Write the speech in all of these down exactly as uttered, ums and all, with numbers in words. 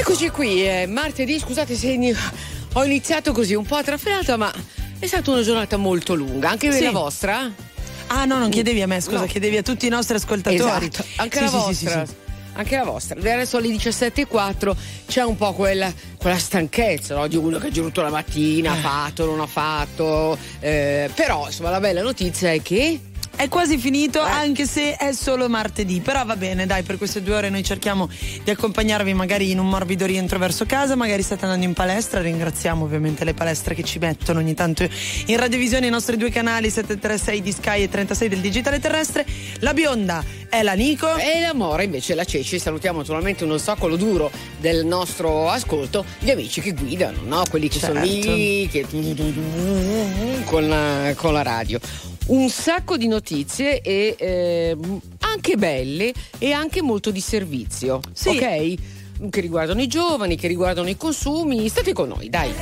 Eccoci qui, eh, martedì, scusate se in- ho iniziato così un po' trafelato, ma è stata una giornata molto lunga, anche Sì. la vostra? Ah no, non chiedevi a me, scusa, No. chiedevi a tutti i nostri ascoltatori. Esatto, anche Sì, la sì, sì, vostra. sì, sì. Anche la vostra. Adesso alle diciassette e quattro c'è un po' quella, quella stanchezza, no? Di uno che ha giurato la mattina, ha fatto, non ha fatto. Eh, però, insomma, la bella notizia è che È quasi finito, Eh. anche se è solo martedì. Però va bene, dai, per queste due ore noi cerchiamo di accompagnarvi magari in un morbido rientro verso casa. Magari state andando in palestra. Ringraziamo ovviamente le palestre che ci mettono ogni tanto in radiovisione i nostri due canali settecentotrentasei di Sky e trentasei del digitale terrestre. La bionda è la Nico. e l'amore invece è la Ceci. Salutiamo naturalmente uno zoccolo duro del nostro ascolto, gli amici che guidano, no? Quelli che sono Certo. lì che con la, con la radio. Un sacco di notizie e eh, anche belle e anche molto di servizio, Sì. ok? Che riguardano i giovani, che riguardano i consumi. State con noi, dai.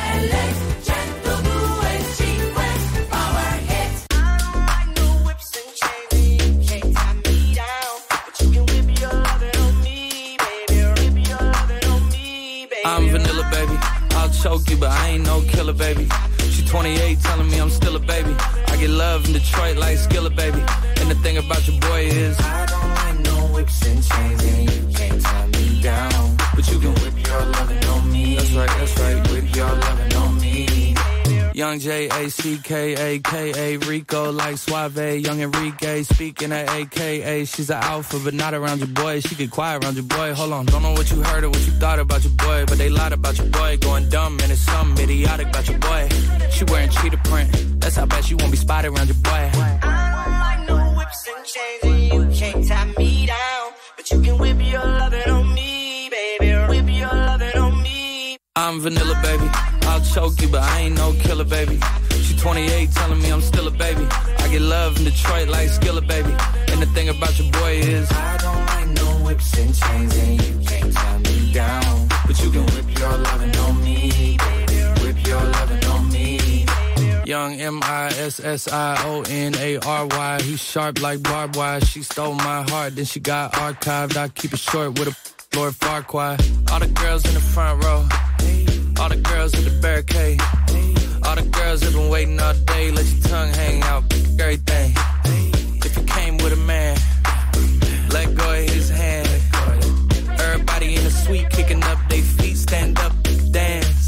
I'm vanilla, baby. I'll choke you, but I ain't no killer, baby. She twenty-eight, telling me I'm still a baby. I get love in Detroit like Skillet, baby. And the thing about your boy is I don't like no whips and chains, and you can't tie me down. But you can whip your lovin' on me. That's right, that's right. Whip your lovin' on me. Young J A C K A K A Rico like Suave. Young Enrique speaking at A K A. She's an alpha, but not around your boy. She get quiet around your boy. Hold on, don't know what you heard or what you thought about your boy, but they lied about your boy. Going dumb and it's something idiotic about your boy. She wearing cheetah print. That's how bad she won't be spotted around your boy. I don't like no whips and chains, and you can't tie me down. But you can whip your lovin' on me, baby. Whip your lovin' on me. I'm vanilla, baby. I'll choke you, but I ain't no killer, baby. She twenty-eight, telling me I'm still a baby. I get love in Detroit like Skillet, baby. And the thing about your boy is I don't like no whips and chains, and you can't tie me down. But you can whip your lovin' on me, baby. Whip your lovin' on me. Young M I S S I O N A R Y. He's sharp like barbed wire. She stole my heart, then she got archived. I keep it short with a Lord Farquaad. All the girls in the front row. All the girls at the barricade. All the girls have been waiting all day. Let your tongue hang out, everything. If you came with a man, let go of his hand. Everybody in the suite kicking up their feet, stand up, dance.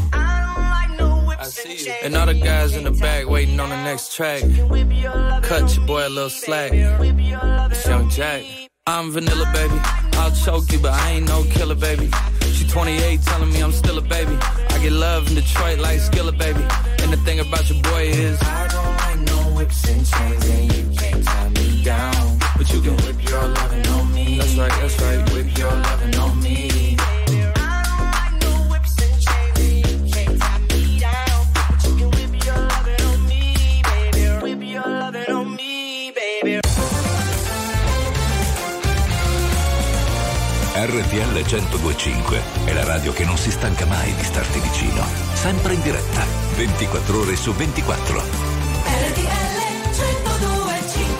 I see you. And all the guys in the back waiting on the next track. Cut your boy a little slack. It's Young Jack. I'm vanilla, baby. I'll choke you, but I ain't no killer, baby. She twenty-eight, telling me I'm still a baby. I get love in Detroit like Skillet, baby. And the thing about your boy is I don't like no whips and chains, and you can't tie me down. But you can whip your lovin' on me. That's right, that's right. Whip your lovin' on me. R T L centodue e cinque è la radio che non si stanca mai di starti vicino, sempre in diretta, ventiquattro ore su ventiquattro. R T L centodue e cinque.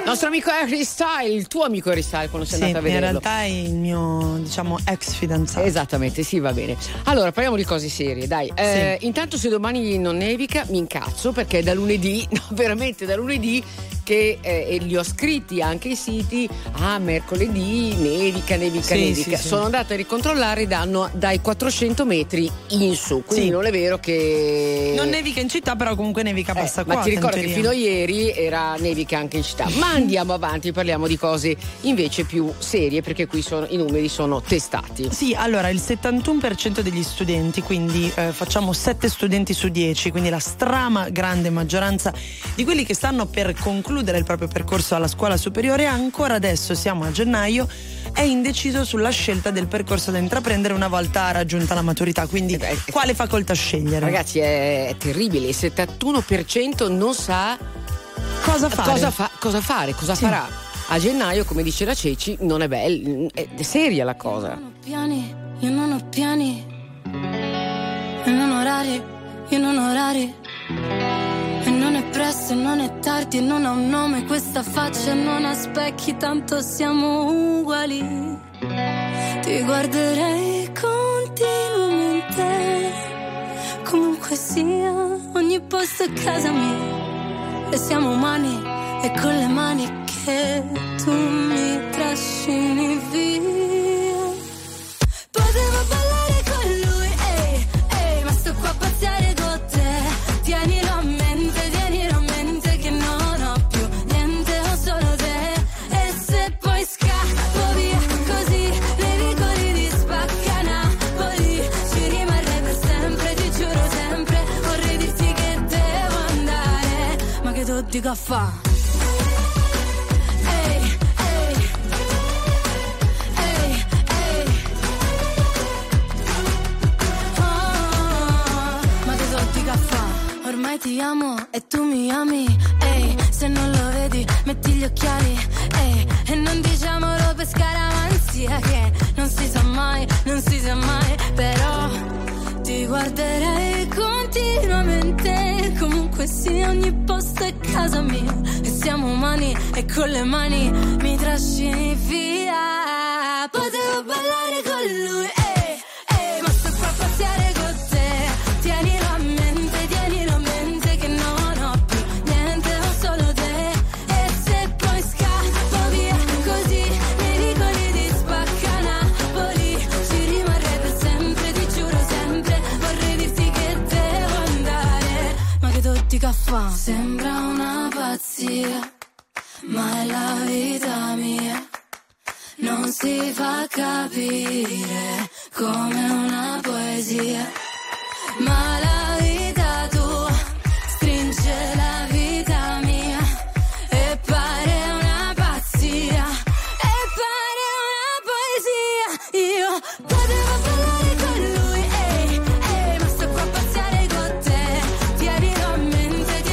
nostro amico Harry Styles, il tuo amico Harry Styles quando sei sì, andata a vederlo. in realtà è il mio, diciamo, ex fidanzato. Esattamente, sì, va bene. Allora, parliamo di cose serie, dai. Eh, sì. Intanto se domani non nevica mi incazzo perché è da lunedì, no, veramente da lunedì che eh, e li ho scritti anche i siti, ah, mercoledì nevica, nevica, sì, nevica. Sì, Sono sì. andata a ricontrollare, danno dai quattrocento metri in su, quindi sì. non è vero che non nevica in città, però comunque nevica bassa eh, qua. ma ti ricordo che fino a ieri era nevica anche in città. Ma andiamo avanti, parliamo di cose invece più serie, perché qui sono, i numeri sono testati. Sì, allora il settantuno per cento degli studenti, quindi eh, facciamo sette studenti su dieci, quindi la strama grande maggioranza di quelli che stanno per concludere il proprio percorso alla scuola superiore, ancora adesso siamo a gennaio, è indeciso sulla scelta del percorso da intraprendere una volta raggiunta la maturità, quindi eh beh, quale facoltà scegliere? Ragazzi, è, è terribile, il settantuno per cento non sa cosa fare, cosa, fa, cosa, fare, cosa sì. farà. A gennaio, come dice la Ceci, non è bella, è, è seria la cosa. Io non ho piani, io non ho piani, e non orari, io non ho orari, e non è presto, e non è tardi, e non ha un nome questa faccia, non ha specchi, tanto siamo uguali. Ti guarderei continuamente, comunque sia, ogni posto è casa mia, e siamo umani, e con le mani che tu mi trascini via. Potevo ballare con lui, ehi, ehi, ma sto qua a pazziare con te. Tienilo a mente, tienilo a mente che non ho più niente, ho solo te. E se poi scappo via così, nei vicoli di Spacca Napoli, ci rimarrei per sempre, ti giuro sempre. Vorrei dirti che devo andare, ma che tu dica fa? Ormai ti amo e tu mi ami, ehi, se non lo vedi metti gli occhiali, ehi, e non diciamolo per scaramanzia che non si sa mai, non si sa mai, però ti guarderei continuamente, comunque sia ogni posto è casa mia, e siamo umani e con le mani mi trascini via. Potevo ballare con lui, ehi, ehi, ma sto qua a pazziare con te, tienilo a mente. Sembra una pazzia, ma è la vita mia, non si fa capire come una poesia, ma la vita tua stringe la vita mia e pare una pazzia, e pare una poesia. Io potevo ballare con lui, ehi, ehi, ma sto qua a pazziare con te, tienilo a mente.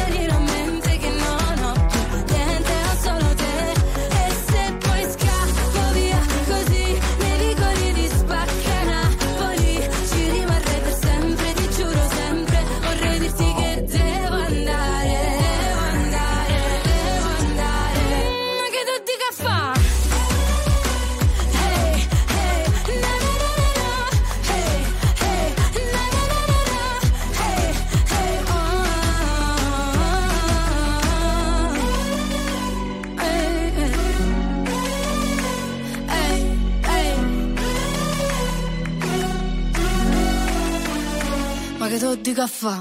Che tu dica fa?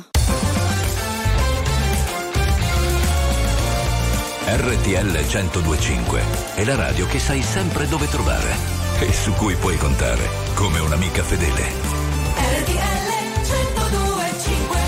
R T L centodue e cinque è la radio che sai sempre dove trovare e su cui puoi contare come un'amica fedele. R T L centodue e cinque.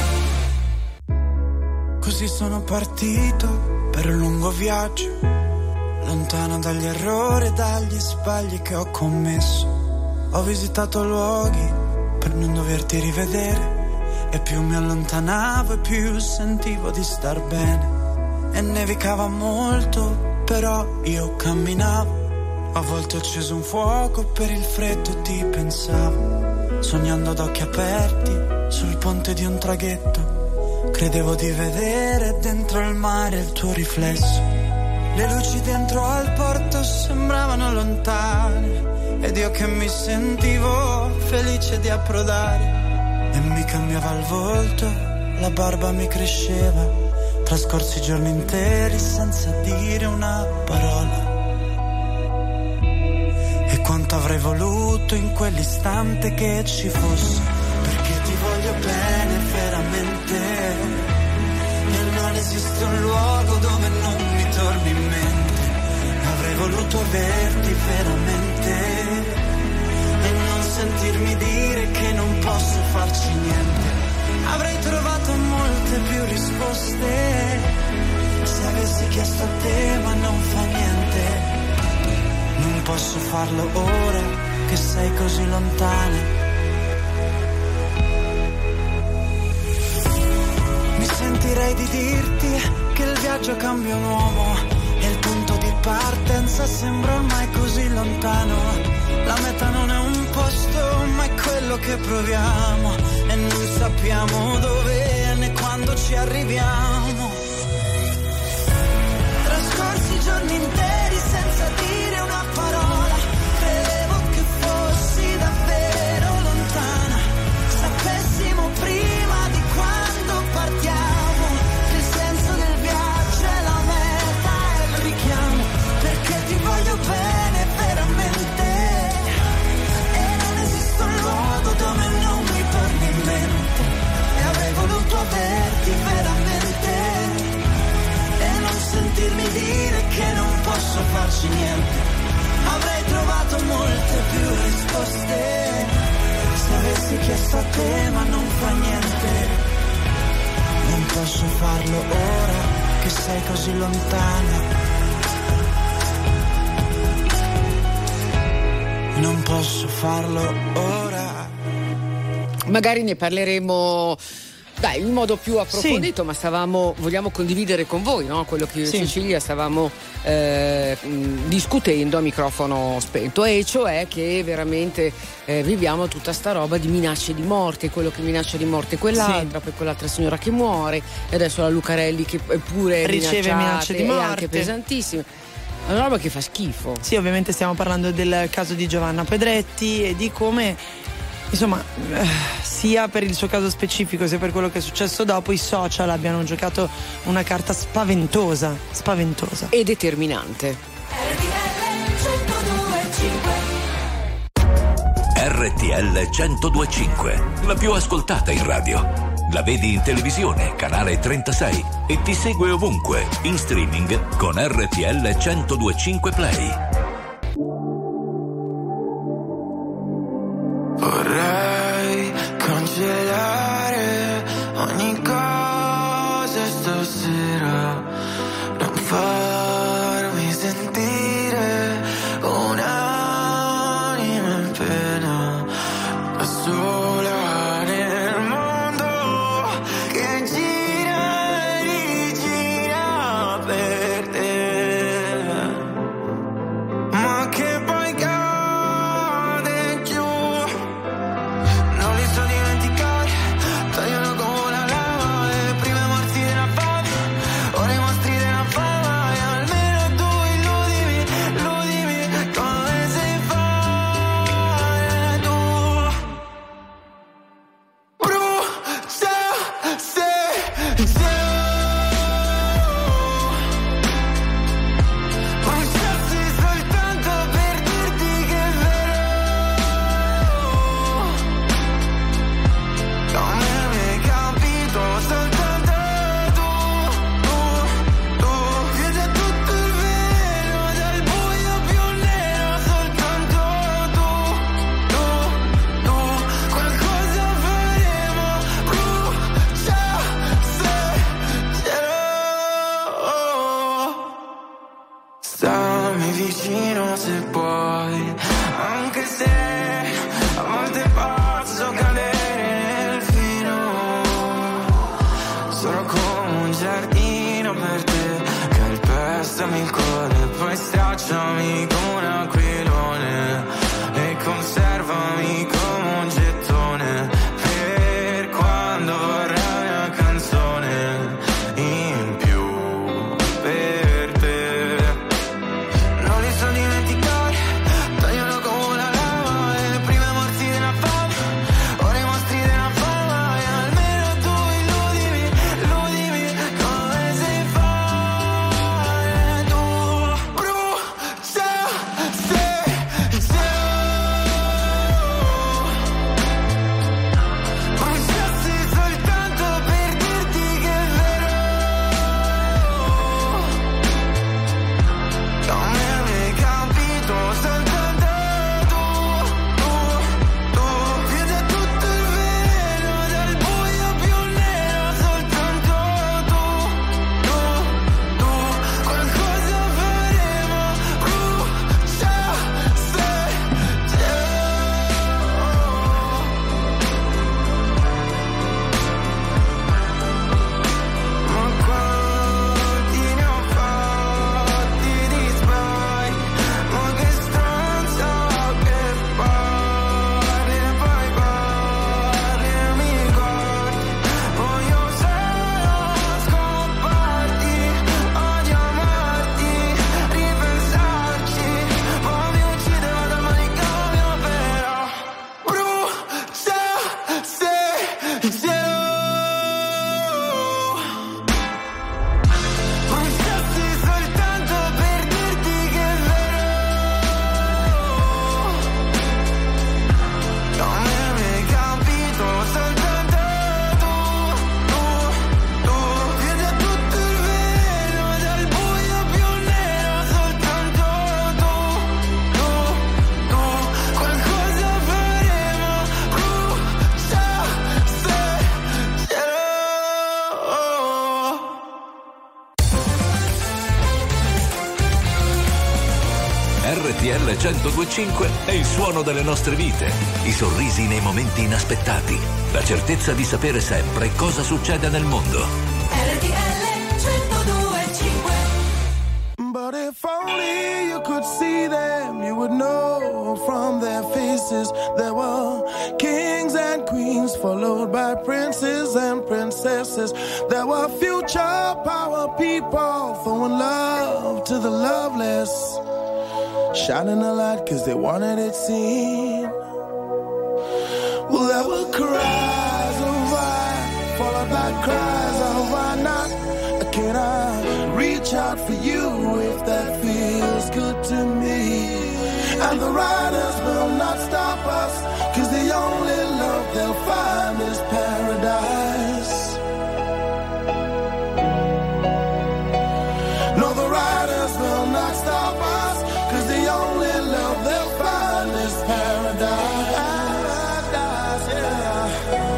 Così sono partito per un lungo viaggio, lontano dagli errori e dagli sbagli che ho commesso. Ho visitato luoghi per non doverti rivedere, e più mi allontanavo e più sentivo di star bene. E nevicava molto, però io camminavo. A volte ho acceso un fuoco per il freddo e ti pensavo, sognando ad occhi aperti sul ponte di un traghetto. Credevo di vedere dentro il mare il tuo riflesso. Le luci dentro al porto sembravano lontane ed io che mi sentivo felice di approdare. E mi cambiava il volto, la barba mi cresceva, trascorsi giorni interi senza dire una parola. E quanto avrei voluto in quell'istante che ci fosse, perché ti voglio bene veramente. E non esiste un luogo dove non mi torni in mente. Avrei voluto averti veramente e non sentirmi dire che non posso farci niente. Avrei trovato molte più risposte se avessi chiesto a te, ma non fa niente. Non posso farlo ora che sei così lontana. Mi sentirei di dirti che il viaggio cambia un uomo e il punto di partenza sembra ormai così lontano. La meta non è un posto, ma è quello che proviamo e non sappiamo dove né quando ci arriviamo. Trascorsi giorni interi senza dire una parola. Credevo che fossi davvero lontana. Sapessimo prima di quando partiamo che il senso del viaggio è la meta e il richiamo. Perché ti voglio bene veramente e non esiste un luogo dove non mi torni in mente. E avrei voluto averti veramente e non sentirmi dire che non posso farci niente. Avrei trovato molte più risposte se avessi chiesto a te, ma non fa niente. Non posso farlo ora che sei così lontana. Non posso farlo ora. Magari ne parleremo, dai, in modo più approfondito, sì. Ma stavamo, vogliamo condividere con voi, no? Quello che io e sì. Cecilia stavamo eh, discutendo a microfono spento, e cioè che veramente eh, viviamo tutta sta roba di minacce di morte, quello che minaccia di morte quell'altra, sì. Poi quell'altra signora che muore, e adesso la Lucarelli che pure riceve minacce di morte, e anche pesantissime. Una roba che fa schifo. Sì, ovviamente stiamo parlando del caso di Giovanna Pedretti e di come, insomma, sia per il suo caso specifico sia per quello che è successo dopo, i social abbiano giocato una carta spaventosa, spaventosa e determinante. R T L centodue e cinque, la più ascoltata in radio. La vedi in televisione, canale trentasei, e ti segue ovunque, in streaming con R T L centodue e cinque Play. Vorrei cancellare ogni cosa stasera, non farmi sentire un'anima in pena, da sola nel mondo che gira e rigira per te, ma che poi cade giù. Non li so dimenticare, tagliano come la lava, e prima i morti della fame, ora i mostri della fama, e almeno tu illudimi, illudimi come sei fare tu. Brucia se già, bruciassi soltanto per dirti che è vero, come mi hai capito soltanto tu, tu, tu, chiudi tutto il velo dal buio più nero, soltanto tu, tu, tu, qualcosa faremo, brucia se cielo. Stammi vicino se puoi, anche se a volte posso cadere nel fino. Sono come un giardino per te, calpestami il cuore, poi stracciami come un aquilone e conservami come un gettone per quando vorrai una canzone in più per te. R T L centodue e cinque è il suono delle nostre vite, i sorrisi nei momenti inaspettati, la certezza di sapere sempre cosa succede nel mondo. R T L centodue e cinque. But if only you could see them, you would know from their faces there were kings and queens, followed by princes and princesses. There were future power people throwing love to the loveless, shining a light cause they wanted it seen. Well, there were cries of why, followed by cries of why not. Can I reach out for you if that feels good to me? And the riders will not stop us, cause the only love they'll find is paradise. No, the riders will not stop us, cause the only love they'll find is paradise. Paradise, yeah.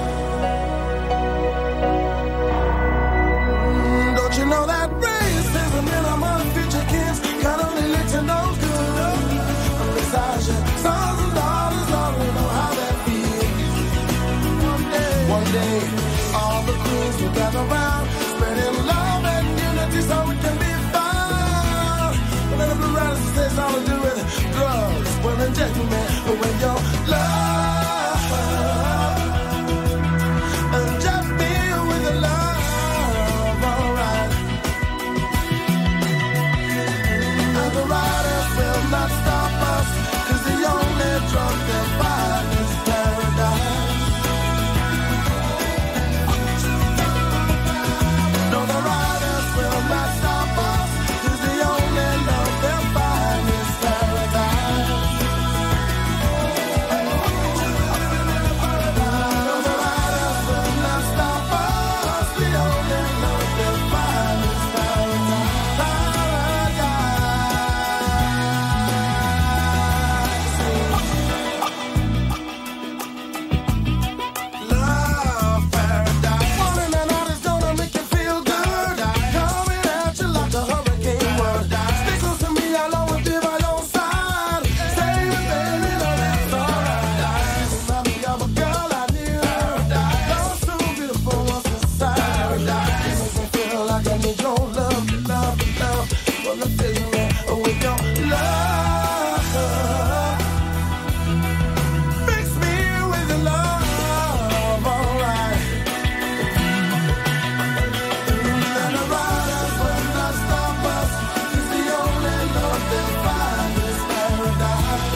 Don't you know that racism in among future kids can only lead to no good? Besides your sons and daughters already know how that feels. One day, one day, all the queens will gather round, spreading love and unity so we can be found. But then the blue riders says all to do with drugs, women, gentlemen, but when your love and just be with the love, alright. And the riders will not stop us, cause the only drug they'll find is paradise. No, the riders will not stop us, cause the only love they'll find is paradise. No, the riders will not stop us, the only love they'll find is paradise. Love paradise. Morning and night is gonna make you feel good. Coming at you like a hurricane word. Stay close to me, I'll always be by your side. Say it, baby, no, that's alright. Remind me of a girl I knew. Love so beautiful once inside. You make me feel like I need your love, love, love. Wanna fill me with your love. Fix me with your love, alright. And the riders will not stop us, cause the only love they'll find is paradise.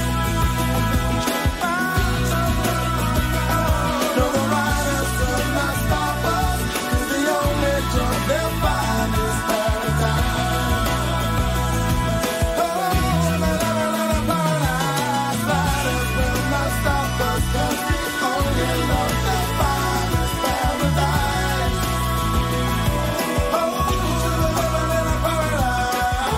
No, the riders will not stop us, cause the only drug they'll find is paradise. Oh, la, la, la, la, la, paradise. Riders will not stop us, cause the only love they'll find is paradise. Oh, la, la, la, la, paradise.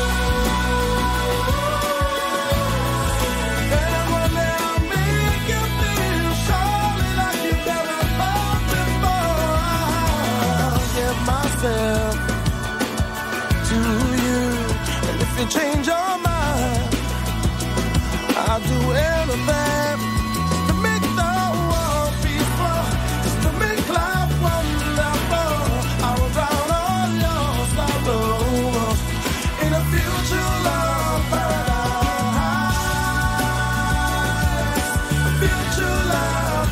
And one day I'll make you feel surely like you've never felt before. I'll give myself to you, and if you change your mind, I'll do anything to make the world peaceful, just to make life wonderful. I will drown all your sorrows in a future love paradise. Future love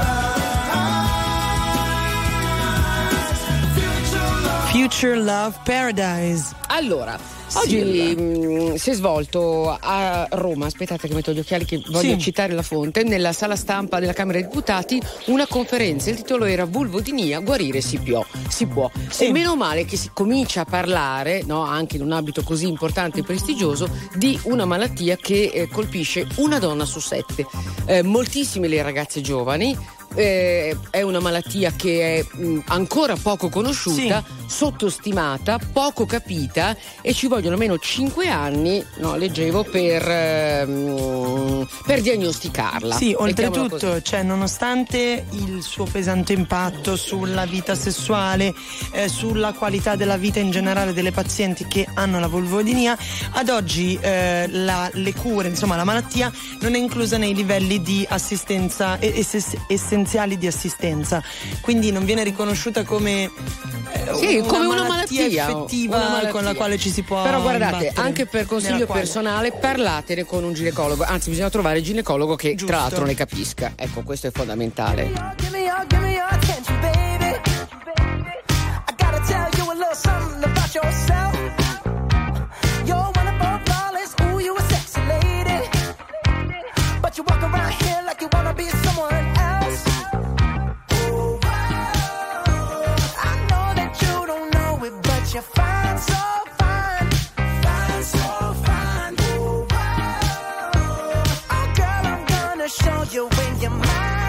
paradise. Future love. Future Love Paradise. Allora, oggi mh, si è svolto a Roma, aspettate che metto gli occhiali che voglio Sì. citare la fonte, nella sala stampa della Camera dei Deputati, una conferenza, il titolo era Vulvodynia, guarire si può, si può. Sì. E meno male che si comincia a parlare, no, anche in un ambito così importante e prestigioso, di una malattia che eh, colpisce una donna su sette. Eh, moltissime le ragazze giovani, eh, è una malattia che è mh, ancora poco conosciuta, sì. sottostimata, poco capita e ci vogliono almeno cinque anni, no, leggevo, per, ehm, per diagnosticarla. Sì, oltretutto, cioè, nonostante il suo pesante impatto sulla vita sessuale, eh, sulla qualità della vita in generale delle pazienti che hanno la vulvodinia, ad oggi eh, la, le cure, insomma la malattia non è inclusa nei livelli di assistenza ess- essenziali di assistenza, quindi non viene riconosciuta come eh, sì, una, come una malattia, malattia effettiva una malattia. con la quale ci si può però guardate, imbattere, anche per consiglio personale parlatene con un ginecologo, anzi bisogna trovare il ginecologo che Giusto. tra l'altro ne capisca, ecco, questo è fondamentale. Give me your, give me your attention, baby. I gotta tell you a little something about yourself. You're one of our flawless, ooh, you a sexy lady. But you walk around here like you wanna be someone else. Ooh, I know that you don't know it, but you're fine, so fine, fine, so fine. Ooh, oh, girl, I'm gonna show you when you're mine.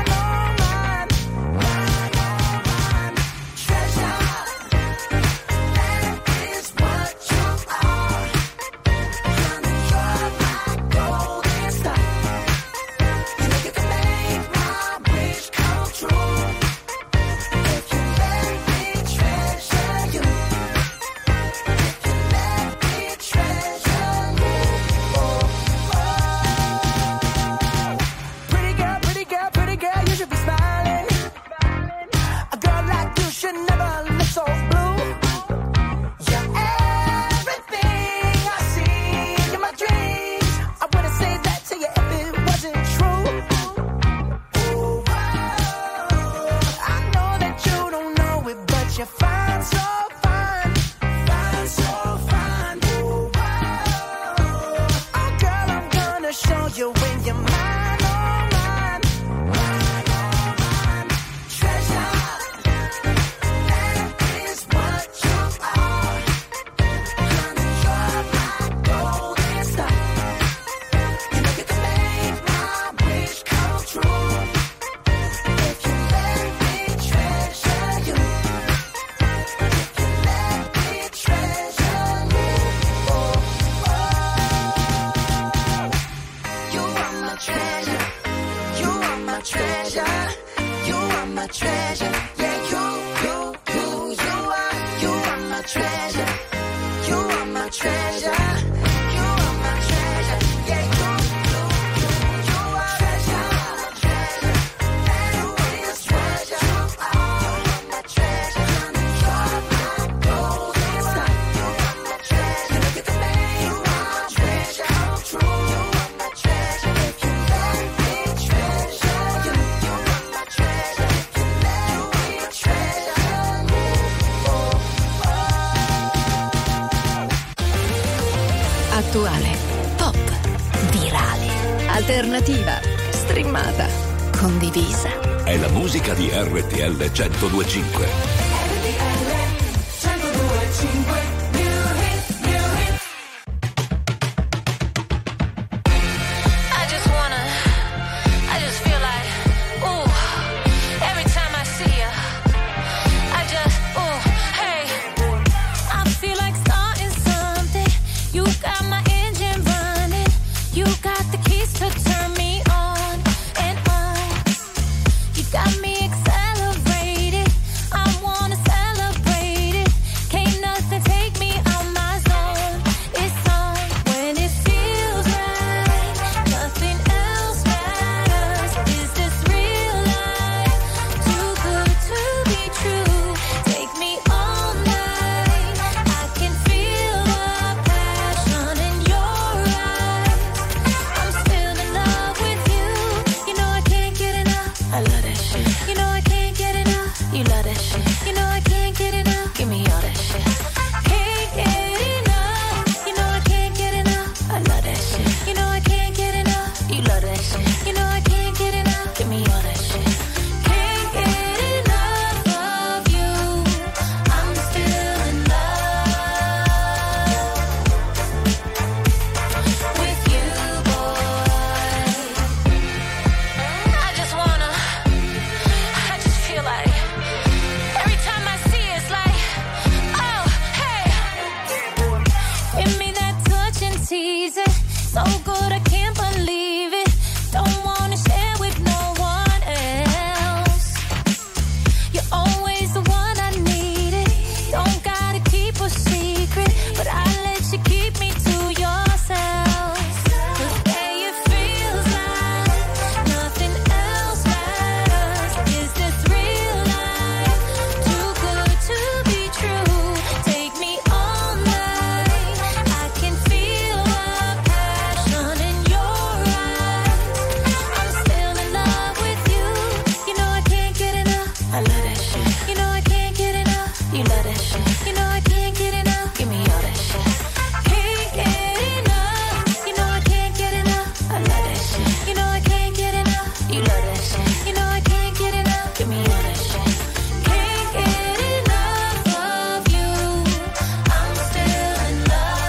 Attuale, pop, virale, alternativa, streamata, condivisa. È la musica di R T L centodue e cinque. R T L centodue e cinque. Got me accelerated. I want so good I can't believe it. Don't wanna share with no one else. You're always the one I needed. Don't gotta keep a secret, but I let you keep me to yourself. 'Cause babe, it feels like nothing else matters. Is this real life? Too good to be true. Take me all night. I can feel the passion in your eyes. I'm still in love with you. You know I can't get enough. I love that shit. You know I can't get enough. You love that shit. You know I can't get enough. Give me all that shit. Can't get enough. You know I can't get enough. I love that shit. You know I can't get enough. You love that shit. You know I can't get enough. Give me all that shit. Can't get enough of you. I'm still in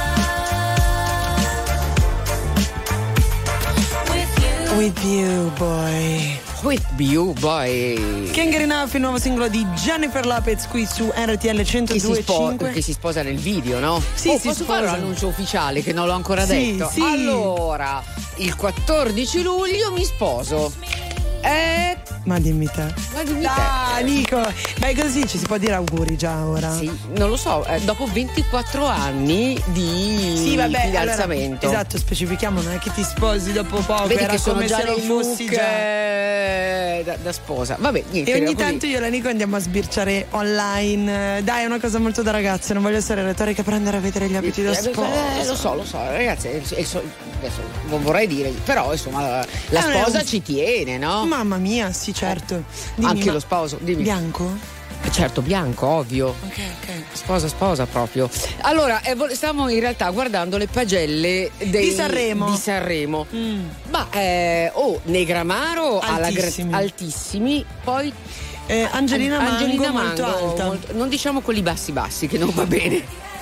love with you. With you, boy. With you, boy. Can't Get Enough, il nuovo singolo di Jennifer Lopez qui su R T L Che si, centodue e spo- cinque. che si sposa nel video, no? Sì, oh, si posso sposa. fare l'annuncio ufficiale che non l'ho ancora Sì, detto? sì. Allora, il quattordici luglio mi sposo. Eh, Ma dimmi te. ma dimmi Ah, te. Nico. Beh, così ci si può dire auguri già ora. Sì, non lo so, eh, dopo ventiquattro anni di Sì, vabbè, fidanzamento. allora, esatto, specifichiamo, non è che ti sposi dopo poco, Vedi era che sono come già se lo nei fossi look già. eh, da, da sposa. Vabbè, niente. E ogni così. tanto io e la Nico andiamo a sbirciare online. Dai, è una cosa molto da ragazze, non voglio essere retorica per andare a vedere gli abiti da Eh, sposa. eh, lo so, lo so, ragazzi, è il- è il so- adesso non vorrei dire, però insomma la, la Eh, sposa un- ci tiene, no? Mamma mia, sì, certo. Dimmi, Anche ma- lo sposo, dimmi. Bianco? Eh, Certo, bianco, ovvio. Ok, ok. Sposa, sposa proprio. Allora, eh, vol- stiamo in realtà guardando le pagelle dei- Di Sanremo. di Sanremo. Mm. Ma eh, oh, Negramaro alla gra- Altissimi. altissimi, poi Eh, Angelina, An- Mango, molto alta. molto- non diciamo quelli bassi bassi che non va bene.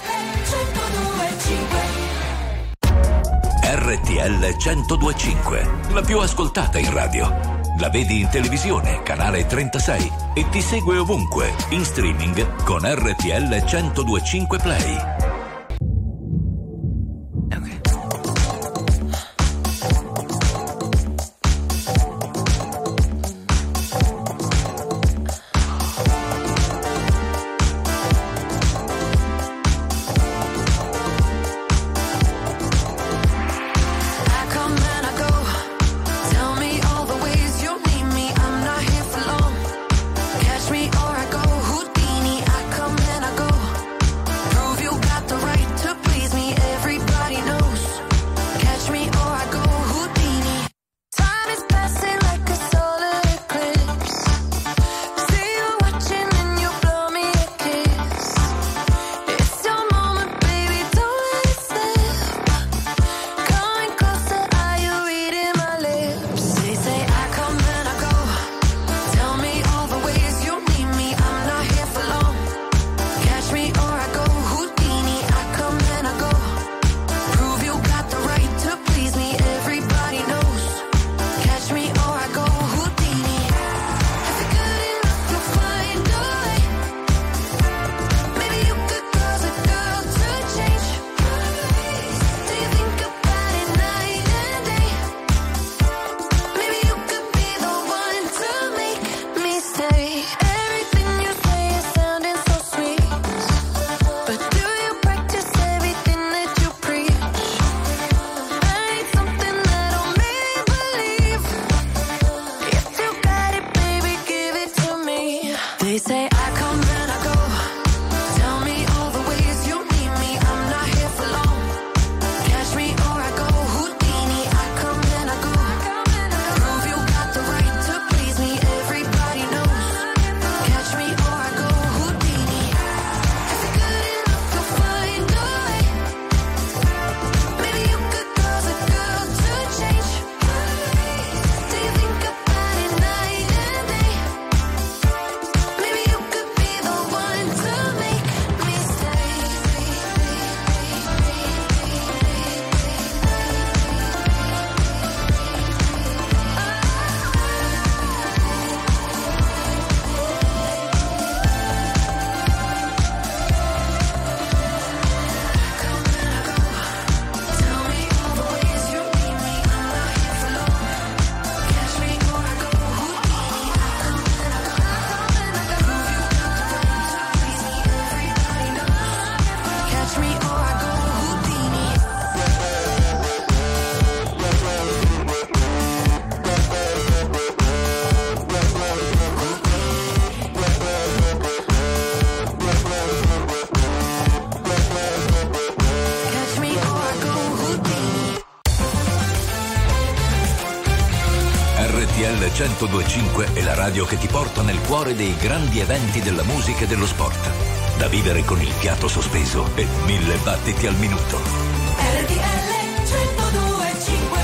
R T L centodue e cinque, la più ascoltata in radio. La vedi in televisione, canale trentasei, e ti segue ovunque, in streaming con R T L centodue e cinque Play. I come and I go. Tell me all the ways you need me. I'm not here for long. Catch me or I go Houdini. I come and I go. Prove you got L centodue e cinque è la radio che ti porta nel cuore dei grandi eventi della musica e dello sport. Da vivere con il fiato sospeso e mille battiti al minuto. R T L centodue e cinque.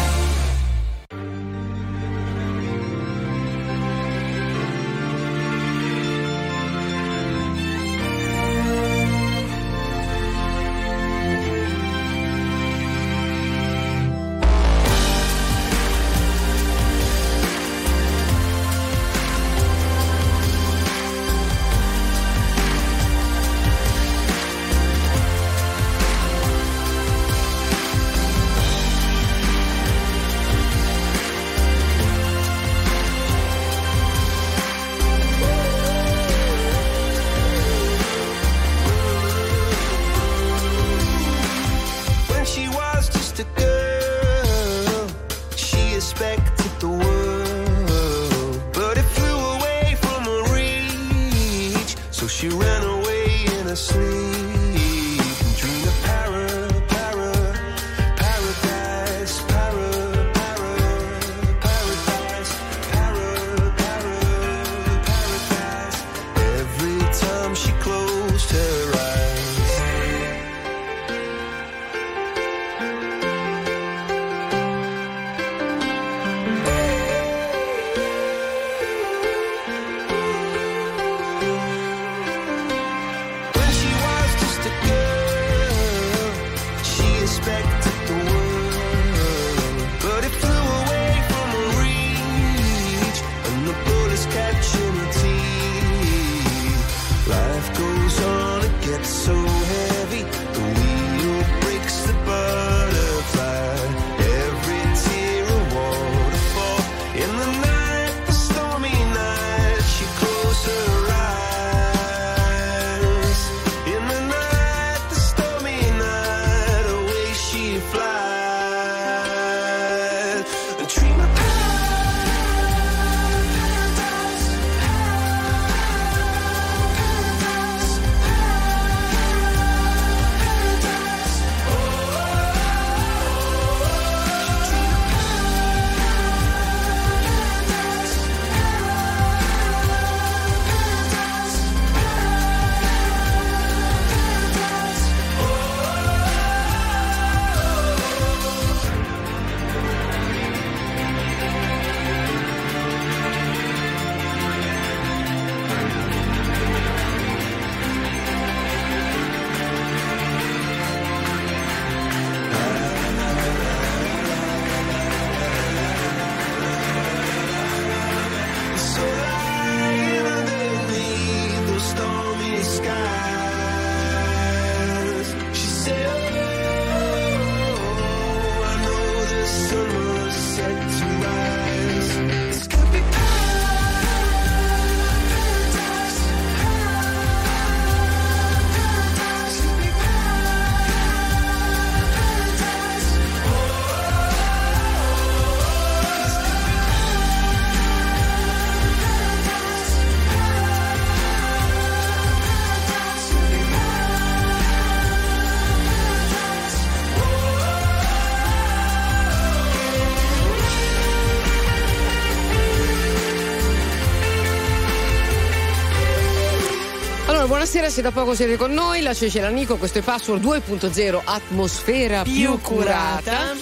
Buonasera, se da poco siete con noi, la Cece e la Nico, questo è Password due punto zero, atmosfera più, più curata. curata.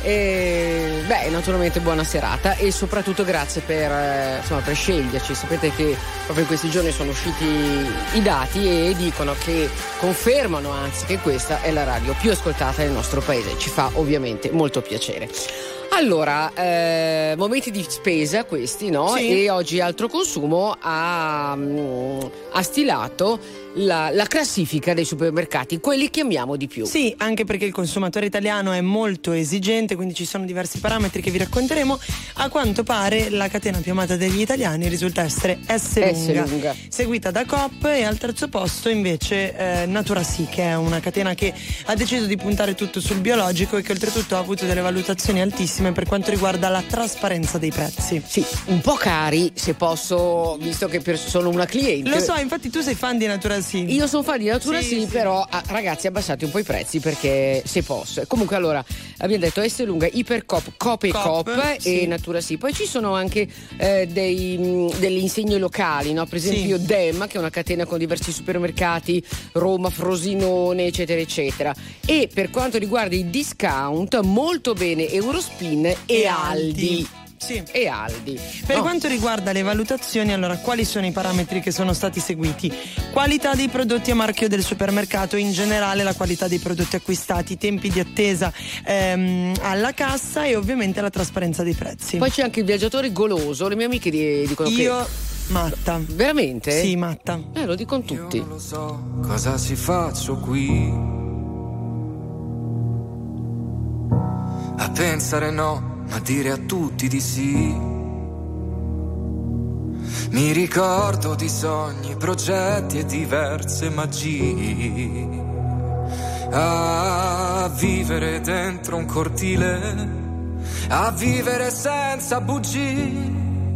E, beh, naturalmente buona serata e soprattutto grazie per, eh, insomma, per sceglierci. Sapete che proprio in questi giorni sono usciti i dati e dicono che confermano anzi che questa è la radio più ascoltata nel nostro paese. Ci fa ovviamente molto piacere. Allora, eh, momenti di spesa questi, no? Sì. E oggi Altro Consumo ha, ha stilato la, la classifica dei supermercati, quelli che amiamo di più. Sì, anche perché il consumatore italiano è molto esigente, quindi ci sono diversi parametri che vi racconteremo. A quanto pare la catena più amata degli italiani risulta essere S. Lunga, lunga. seguita da Coop, e al terzo posto invece eh, Natura Sì, che è una catena che ha deciso di puntare tutto sul biologico e che oltretutto ha avuto delle valutazioni altissime per quanto riguarda la trasparenza dei prezzi. Sì, un po' cari, se posso, visto che per, sono una cliente. Lo so, infatti tu sei fan di Natura Sì sì. Io sono fan di Natura Sì, sì, sì. però ah, ragazzi abbassate un po' i prezzi perché se posso. Comunque allora abbiamo detto Esselunga, Ipercoop, Coop e Coop, Coop sì. e Natura sì. Poi ci sono anche eh, dei, mh, delle insegne locali, no? Per esempio Sì. Dem, che è una catena con diversi supermercati, Roma, Frosinone, eccetera eccetera. E per quanto riguarda i discount, molto bene Eurospin e, E Aldi. Aldi. Sì. E Aldi. Per No. quanto riguarda le valutazioni, allora quali sono i parametri che sono stati seguiti? Qualità dei prodotti a marchio del supermercato, in generale la qualità dei prodotti acquistati, tempi di attesa ehm, alla cassa e ovviamente la trasparenza dei prezzi. Poi c'è anche il viaggiatore goloso, le mie amiche di- dicono che... Io matta. Veramente? Sì, matta. Eh, lo dicono tutti. Io non lo so cosa si faccio qui a pensare no, ma dire a tutti di sì. Mi ricordo di sogni, progetti e diverse magie. A vivere dentro un cortile, a vivere senza bugie.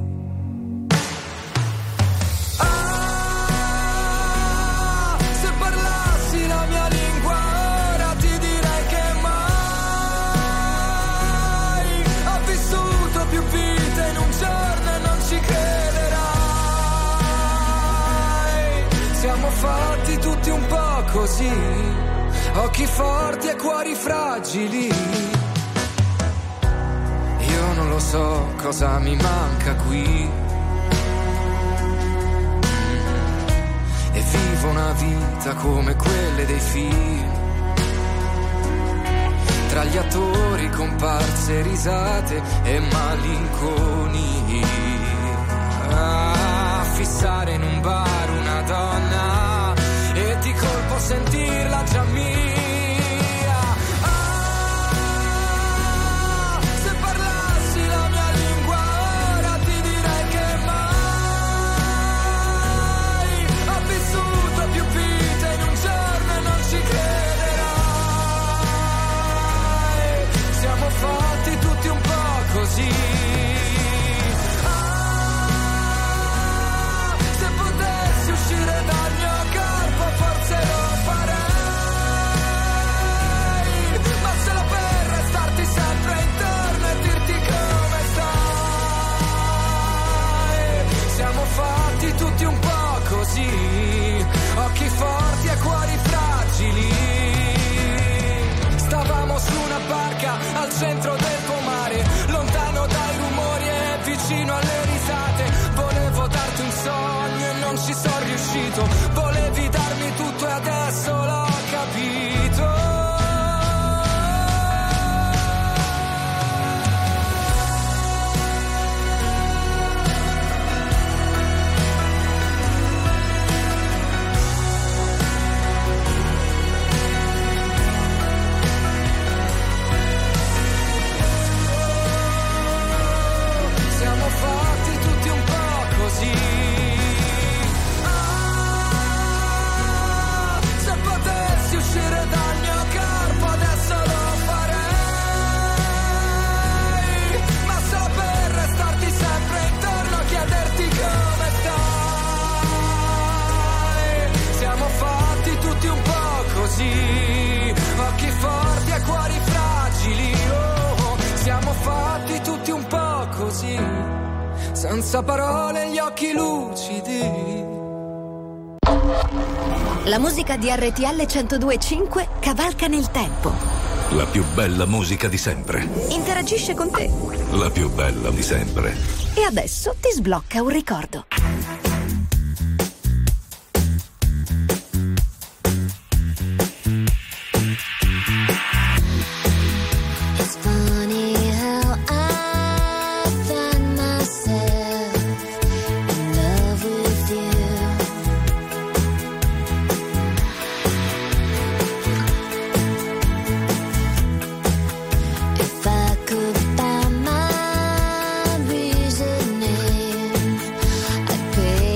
Ah, se parlassi la mia lingua ora ti direi che mai ho vissuto più vite in un giorno e non ci crederai. Siamo fatti tutti un po' così, occhi forti e cuori fragili. Io non lo so cosa mi manca qui e vivo una vita come quelle dei film, tra gli attori, comparse, risate e malinconia. Ah, fissare in un bar una donna e di colpo sentirla già mia. Ah, se parlassi la mia lingua ora ti direi che mai ho vissuto più vite in un giorno e non ci crederai. Siamo fatti tutti un po' così. Ah, se potessi uscire dal mio corpo forse lo farei, ma solo per restarti sempre intorno e dirti come stai. Siamo fatti tutti un po' così, occhi forti e cuori fragili. Stavamo su una barca al centro del pomare, lontano dai rumori e vicino alle risate. Volevo darti un sogno e non ci sono riuscito. Volevi darmi tutto e adesso l'ho capito. Siamo fatti tutti un po' così. Ah, se potessi uscire dal mio corpo adesso lo farei, ma solo per restarti sempre intorno a chiederti come stai. Siamo fatti tutti un po' così, occhi forti e cuori fragili. Oh, siamo fatti tutti un po' così, senza parole e gli occhi lucidi. La musica di R T L centodue e cinque cavalca nel tempo. La più bella musica di sempre. Interagisce con te. La più bella di sempre. E adesso ti sblocca un ricordo. It's funny how I find myself in love with you. If I could find my reasoning, I'd pay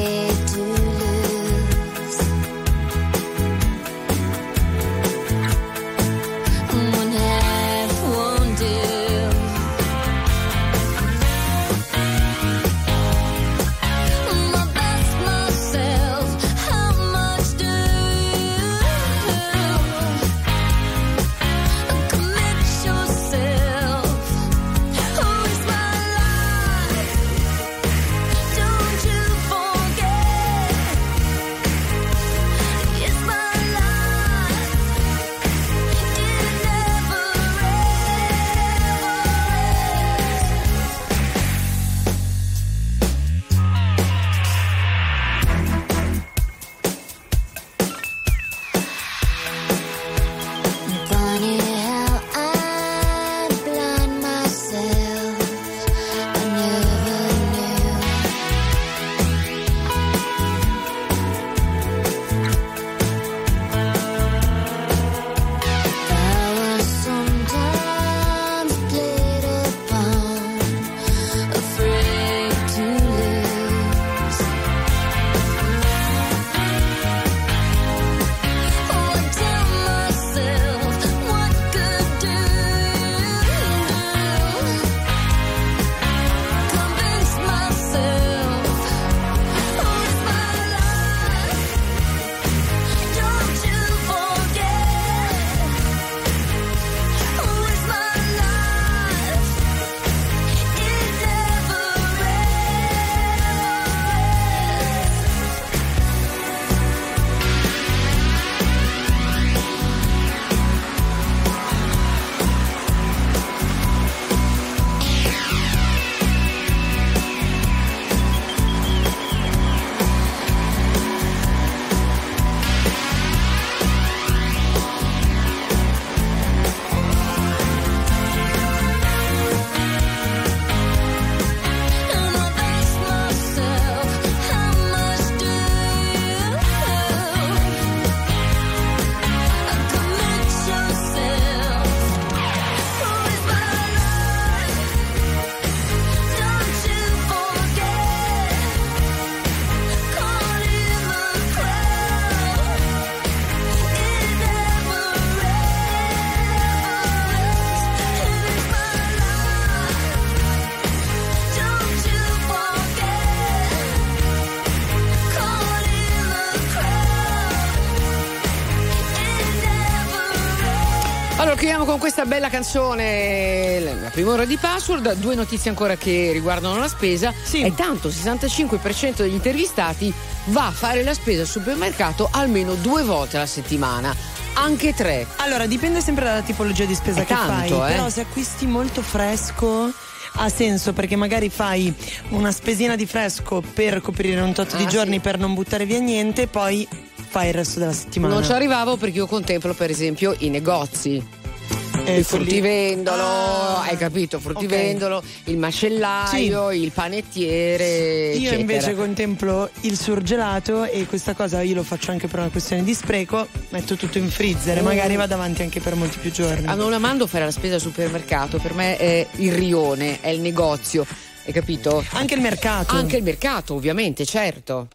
chiudiamo con questa bella canzone, la prima ora di Password. Due notizie ancora che riguardano la spesa. Sì. È tanto, il sessantacinque per cento degli intervistati va a fare la spesa al supermercato almeno due volte alla settimana, anche tre. Allora, dipende sempre dalla tipologia di spesa È che tanto, fai, eh. però se acquisti molto fresco ha senso, perché magari fai una spesina di fresco per coprire un tot di Ah, giorni sì. per non buttare via niente e poi fai il resto della settimana. Non ci arrivavo perché io contemplo per esempio i negozi. Eh, Il quelli- fruttivendolo, Ah, hai capito? Fruttivendolo, ok. il macellaio, il panettiere. Io eccetera. invece contemplo il surgelato e questa cosa io lo faccio anche per una questione di spreco, metto tutto in freezer e Mm. magari vado avanti anche per molti più giorni. A non la mando a fare la spesa al supermercato, per me è il rione, è il negozio, hai capito? Anche il mercato. Anche il mercato, ovviamente, certo.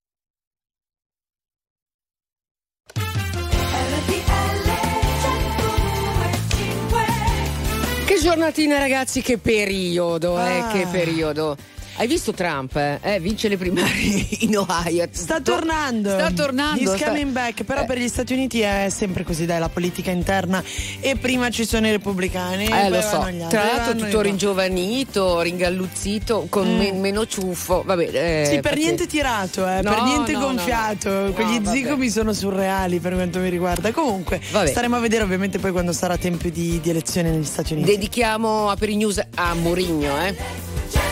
Che giornatina, ragazzi, che periodo, eh, Ah. che periodo. Hai visto Trump? Eh? Eh, vince le primarie in Ohio. Sta tornando. Sta tornando. He's sta- coming back, però Eh. per gli Stati Uniti è sempre così, dai, la politica interna. E prima ci sono i repubblicani. Eh, e lo poi so. vanno gli altri, Tra e l'altro vanno tutto i- ringiovanito, ringalluzzito, con Mm. me- meno ciuffo. Vabbè, eh, Sì, per perché- niente tirato, eh, No, per niente no, no, gonfiato. no. Quegli No, vabbè. zigomi sono surreali per quanto mi riguarda. Comunque, Vabbè. staremo a vedere ovviamente poi quando sarà tempo di, di elezioni negli Stati Uniti. Dedichiamo a Peri News a Mourinho, eh.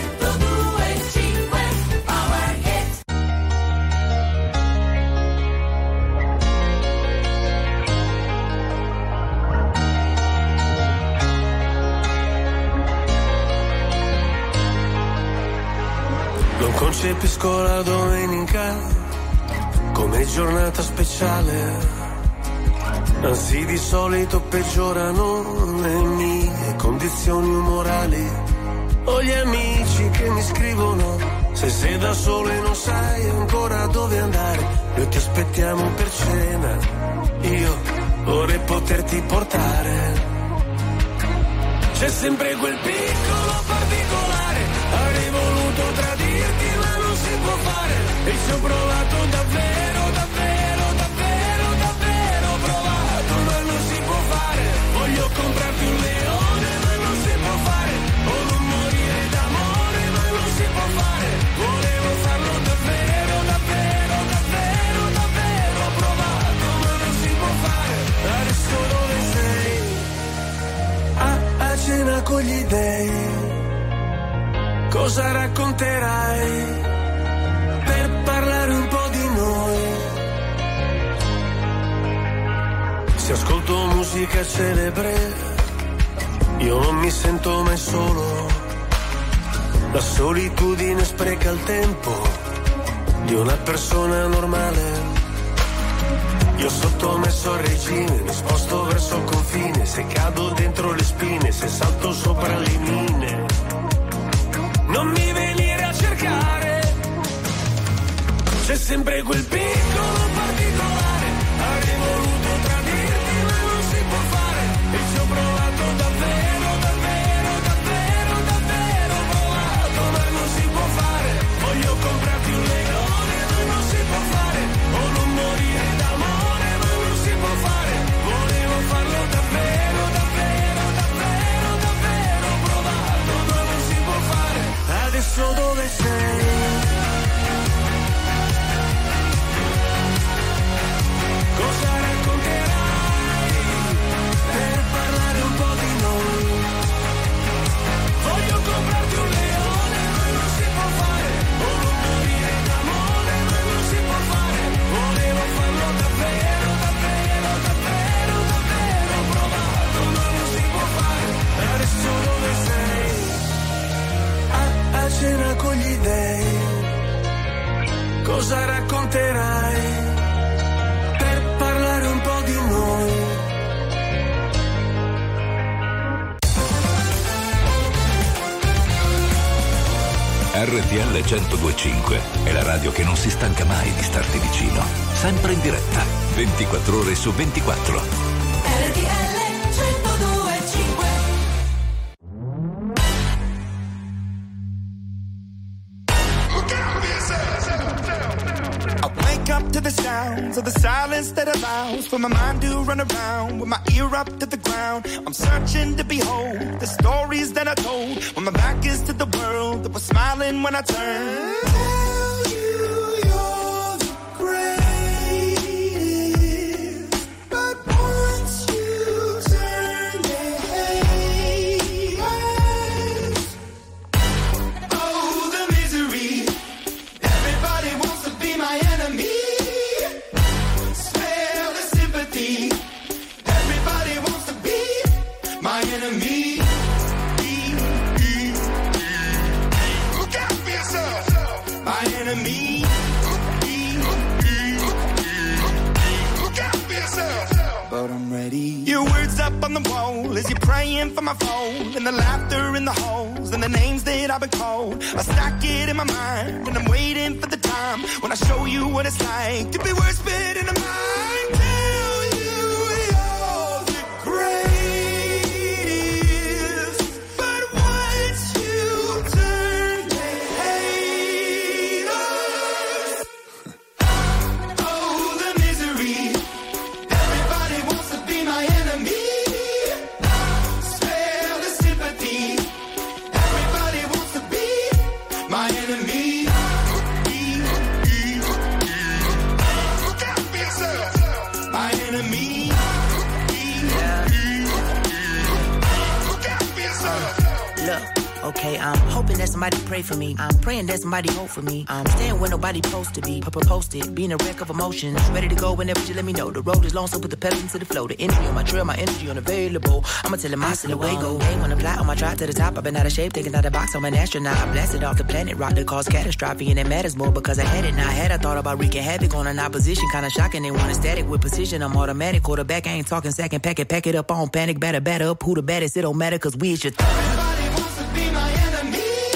Non concepisco la domenica come giornata speciale, anzi di solito peggiorano le mie condizioni umorali. Ho gli amici che mi scrivono: se sei da solo e non sai ancora dove andare, noi ti aspettiamo per cena, io vorrei poterti portare. C'è sempre quel piccolo particolare, avrei voluto tradirti ma non si può fare, e ci ho provato davvero, davvero, davvero, davvero provato, ma non si può fare. Voglio comprarti un leone ma non si può fare, o non morire d'amore ma non si può fare. Volevo farlo davvero, davvero, davvero, davvero ho provato, ma non si può fare. Adesso dove sei? A, a cena con gli dèi, cosa racconterai per parlare un po' di noi? Se ascolto musica celebre, io non mi sento mai solo. La solitudine spreca il tempo di una persona normale. Io sottomesso al regime, mi sposto verso il confine, se cado dentro le spine, se salto sopra le mine. Non mi venire a cercare, c'è sempre quel piccolo particolare, avrei voluto tradirti ma non si può fare, e ci ho provato davvero, davvero, davvero, davvero ho provato, ma non si può fare. Voglio comprarti un leone ma non si può fare, o non morire d'amore ma non si può fare. Volevo farlo davvero, davvero, davvero, davvero ho provato, ma non si può fare. Adesso dove sei? Cosa racconterai per parlare un po' di noi? Voglio comprarti un leone ma non si può fare, o non morire d'amore ma non si può fare. Volevo farlo davvero, davvero, davvero, davvero ho provato, ma non si può fare. Adesso dove sei? A, a cena con gli dèi, cosa racconterai per parlare un po' di noi? R T L centodue e cinque è la radio che non si stanca mai di starti vicino, sempre in diretta, ventiquattro ore su ventiquattro. R T L centodue e cinque. I wake up to the the sounds of the silence that allows for my mind to run around with my ear up to the ground. I'm searching to behold the stories that I told when my back is to the world that was smiling when I turned. Tell you you're the greatest, but once you turn they hate us. Oh, the misery. Everybody wants to be my enemy. Spare the sympathy. Everybody wants to be my enemy. Look out for yourself. My enemy. Look out for yourself. But I'm ready. Your words up on the wall as you're praying for my phone, and the laughter in the halls and the names that I've been called. I stack it in my mind and I'm waiting for the time when I show you what it's like to be worse fit in a mind. Tell you you're the greatest, but once you turn they hate us. Oh, the misery. Everybody wants to be my enemy. Spare the sympathy. Everybody wants to be my enemy. Look out for yourself. My enemy. Look out for yourself. Look, okay, I'm hoping that somebody pray for me. I'm praying that somebody hope for me. I'm staying where nobody supposed to be. Papa posted, being a wreck of emotions. Ready to go whenever you let me know. The road is long, so put the pedal into the flow. The energy on my trail, my energy unavailable. I'ma tell him I still away go. Hey, when I fly on my drive to the top, I've been out of shape, taking out the box. I'm an astronaut. I blasted off the planet, rock that caused catastrophe, and it matters more because I had it. Now I had I thought about wreaking havoc on an opposition, kinda shocking. They want a static with precision. I'm automatic, quarterback. I ain't talking second pack it, pack it up on panic, batter, batter up. Who the baddest? It don't matter, cause we is your th- Everybody wants to be my enemy.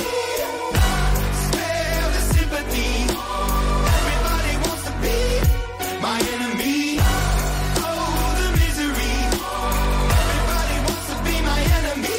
Spare the sympathy. Everybody wants to be my enemy. Oh, the misery. Everybody wants to be my enemy.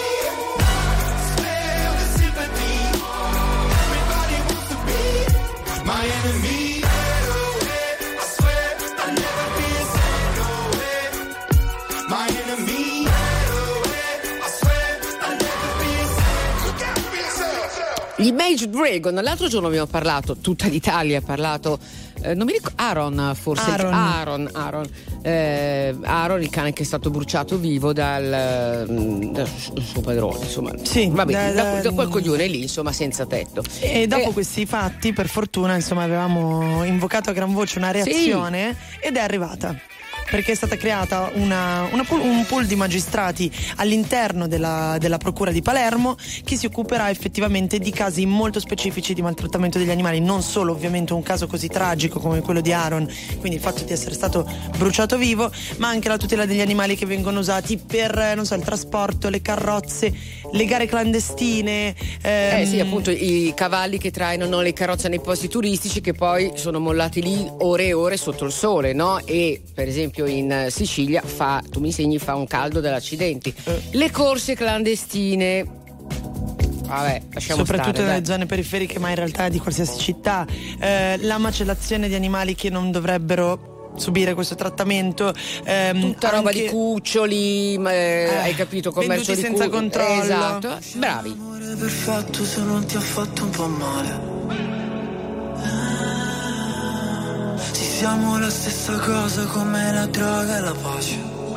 Spare the sympathy. Everybody wants to be my enemy. I swear I'll never be a sad away. My enemy. I swear I'll never be a sad. Look out for yourself. Gli Imagine Dragon, l'altro giorno abbiamo parlato, tutta l'Italia ha parlato, eh, non mi ricordo, Aaron forse, Aaron. Aaron, Aaron, eh, Aaron, il cane che è stato bruciato vivo dal, mm, dal suo padrone, insomma, Sì, vabbè, da- da, da- da quel coglione lì, insomma, senza tetto. E dopo Eh, questi fatti, per fortuna, insomma, avevamo invocato a gran voce una reazione ed è arrivata. Perché è stata creata una, una pool- un pool di magistrati all'interno della, della Procura di Palermo che si occuperà effettivamente di casi molto specifici di maltrattamento degli animali, non solo ovviamente un caso così tragico come quello di Aaron, quindi il fatto di essere stato bruciato vivo, ma anche la tutela degli animali che vengono usati per, eh, non so, il trasporto, le carrozze, le gare clandestine. ehm, Eh sì, appunto i cavalli che trainano le carrozze nei posti turistici che poi sono mollati lì ore e ore sotto il sole, no? E per esempio in Sicilia fa, tu mi insegni, fa un caldo dell'accidenti. Eh. Le corse clandestine, vabbè, lasciamo soprattutto stare, nelle dai. zone periferiche, ma in realtà di qualsiasi città, eh, la macellazione di animali che non dovrebbero subire questo trattamento, ehm, Tutta roba anche- di cuccioli, m- eh, Eh, hai capito, commercio venduti di senza cu- controllo. Esatto, bravi. Amore perfetto se non ti ha fatto un po' male. Sì, siamo la stessa cosa come la droga e la pace.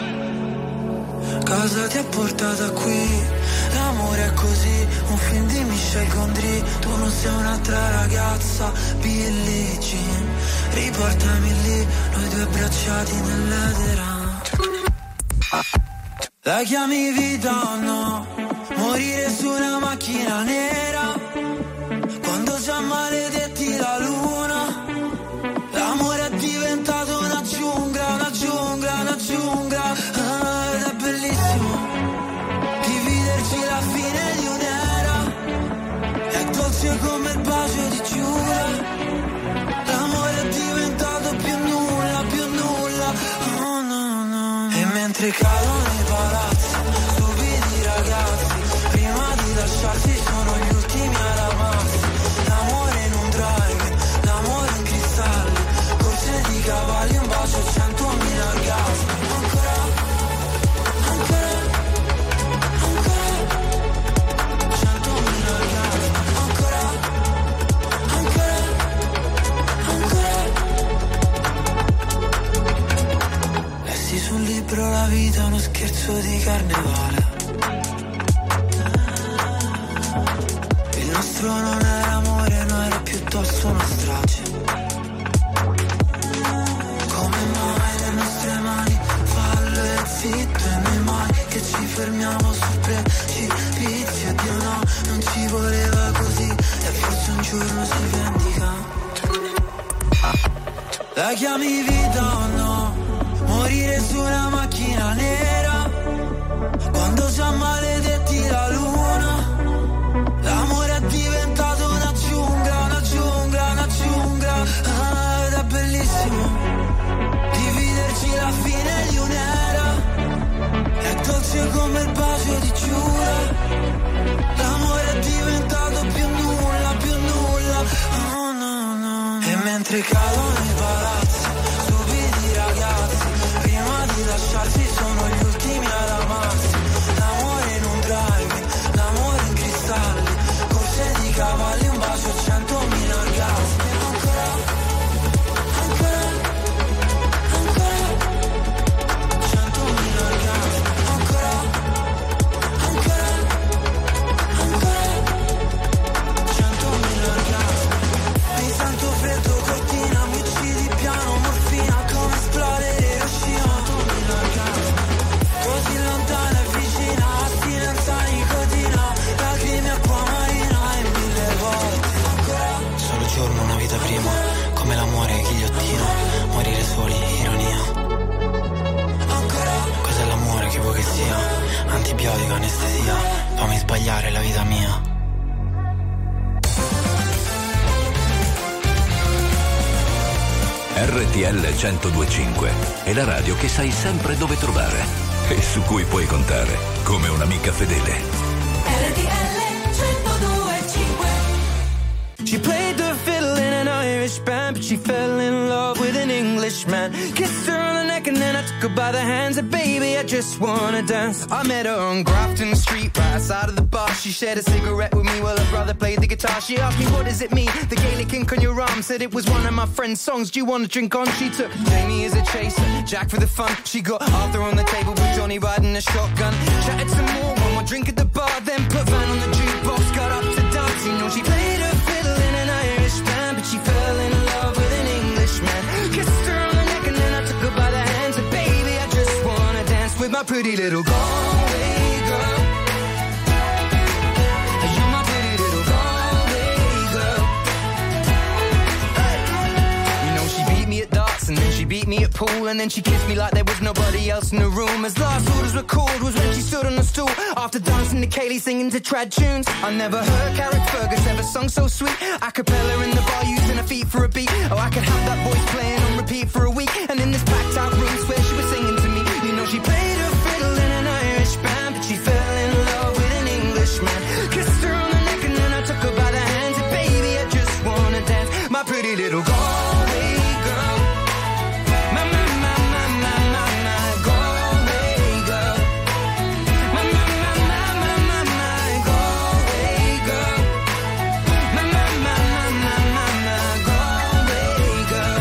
Cosa ti ha portata qui? L'amore è così, un film di Michel Gondry. Tu non sei un'altra ragazza, Billie Jean. Riportami lì, noi due abbracciati nell'edera. La chiami vita o no? Morire su una macchina nera, quando già maledetti la luna. L'amore è diventato una giungla, una giungla, una giungla. Ah, ed è bellissimo dividerci la fine di un'era. È dolce come il bacio di Giura. L'amore è diventato più nulla, più nulla. Oh no, no. E mentre cadono i palazzi, stupidi ragazzi, prima di lasciarsi sono gli ultimi ad amarsi. L'amore non carnevale. Il nostro non era amore, no, era piuttosto una strage. Come mai le nostre mani fallo e zitto, e noi mai che ci fermiamo sul precipizio. Dio no, non ci voleva così, e forse un giorno si vendica. La chiami vita o no? Morire su una macchina nera, quando già maledetti la luna. L'amore è diventato una giungla, una giungla, una giungla. Ah, ed è bellissimo dividerci la fine di un'era. È dolce come il bacio di Giura. L'amore è diventato più nulla, più nulla. Oh no, no. E mentre cadono i palazzi, stupidi ragazzi, prima di lasciarsi sono gli ultimi ad amarsi. L'amore in un drive, l'amore in cristalli, corse di cavalli, un bacio, centomila orgasmi. Ancora, ancora, ancora, centomila orgasmi. Ancora, ancora, ancora, centomila orgasmi. Mi sento freddo, cortina, mi uccidi piano, morfina, come esplodere Hiroshima. Centomila orgasmi. Così lontana e vicina, astinenza, nicotina, lacrime, acqua marina e mille volte. Ancora. Solo giorno, una vita prima, come l'amore, ghigliottina, morire soli, ironia. Ancora. Cos'è l'amore, che vuoi che sia? Antibiotico, anestesia, fammi sbagliare la vita mia. R T L centodue e cinque è la radio che sai sempre dove trovare e su cui puoi contare come un'amica fedele. R T L centodue e cinque. She played the fiddle in an Irish band, but she fell in love with an Englishman. Kissed her on the neck and then I took her by the hands. And baby, I just wanna dance. I met her on Grafton Street, right outside of the bar. She shared a cigarette with me while her brother played the guitar. She asked me, what does it mean? The Gaelic ink on your arm. Said it was one of my friend's songs. Do you want to drink on? She took Jamie as a chaser, Jack for the fun. She got Arthur on the table with Johnny riding a shotgun. Chatted some more, one more drink at the bar, then put Van on the jukebox. Got up to dance, you know she played her fiddle in an Irish band, but she fell in love with an Englishman. Kissed her on the neck and then I took her by the hands. And baby, I just wanna dance with my pretty little Galway girl. You're my pretty little Galway girl. Hey. You know she beat me at darts and then she beat me at pool, and then she kissed me like there was nobody else in the room. As last orders were called was when she stood on the stool after dancing to Kaylee singing to trad tunes. I never heard Carrick Fergus ever sung so sweet. A cappella in the bar using her feet for a beat. Oh, I could have that voice playing on repeat for a week. And in this packed out room where she was singing to me. You know she played her fiddle in an Irish band, but she fell in love with an Englishman. Kissed her on the neck and then I took her by the hands. And baby, I just wanna dance, my pretty little Galway girl. My, my, my, my, my, my, my Galway girl. My, my, my, my, my, my, my Galway girl. My, my, my, my, my, my, my Galway girl.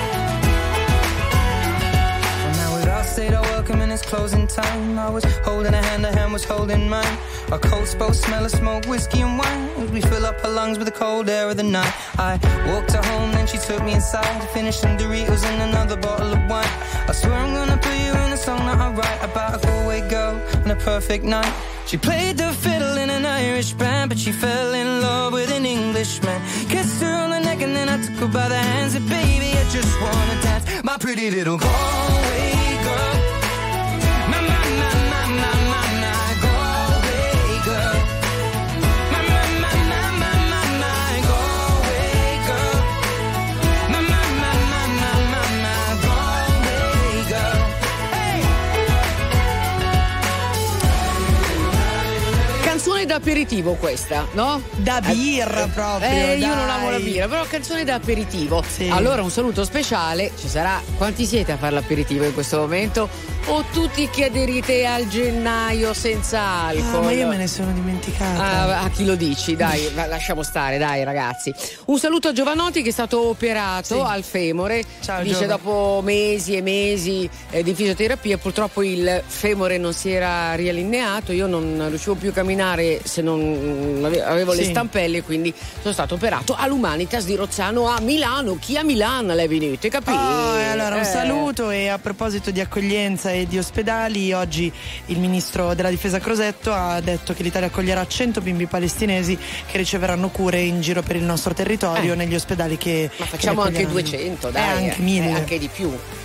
Well, now we'd all said our welcome and it's closing time. I was holding her hand, her hand was holding mine. Our coats both smell of smoke, whiskey and wine, as we fill up her lungs with the cold air of the night. I walked her home, then she took me inside to finish some Doritos and another bottle of wine. I swear I'm gonna put you in a song that I write about a Galway girl and a perfect night. She played the fiddle in an Irish band, but she fell in love with an Englishman. Kissed her on the neck and then I took her by the hands. And baby, I just wanna dance, my pretty little Galway girl. My, my, my, my, my, my, my Galway girl. My, my, my, my, my, my, my Galway girl. My, my, my, my, my, my, my Galway girl. Canzone canzone da aperitivo questa, no? Da birra proprio. Eh, io dai. non amo la birra, però canzone da aperitivo. Sì. Allora un saluto speciale, ci sarà. Quanti siete a fare l'aperitivo in questo momento? O tutti che aderite al gennaio senza alcol? Ah, ma io me ne sono dimenticata. Ah, a chi lo dici? Dai, va, lasciamo stare, dai ragazzi. Un saluto a Giovanotti che è stato operato Sì. al femore. Ciao, Dice Giova. dopo mesi e mesi eh, di fisioterapia purtroppo il femore non si era riallineato, io non riuscivo più a camminare se non ave- avevo le Sì. stampelle, quindi sono stato operato all'Humanitas di Rozzano a Milano. Chi a Milano le venite, capito? Oh, e allora un Eh. saluto. E a proposito di accoglienza e di ospedali, oggi il ministro della difesa Crosetto ha detto che l'Italia accoglierà cento bimbi palestinesi che riceveranno cure in giro per il nostro territorio Eh. negli ospedali che Ma facciamo che anche accoglieranno. duecento, Eh, dai, anche mille. eh, anche di più.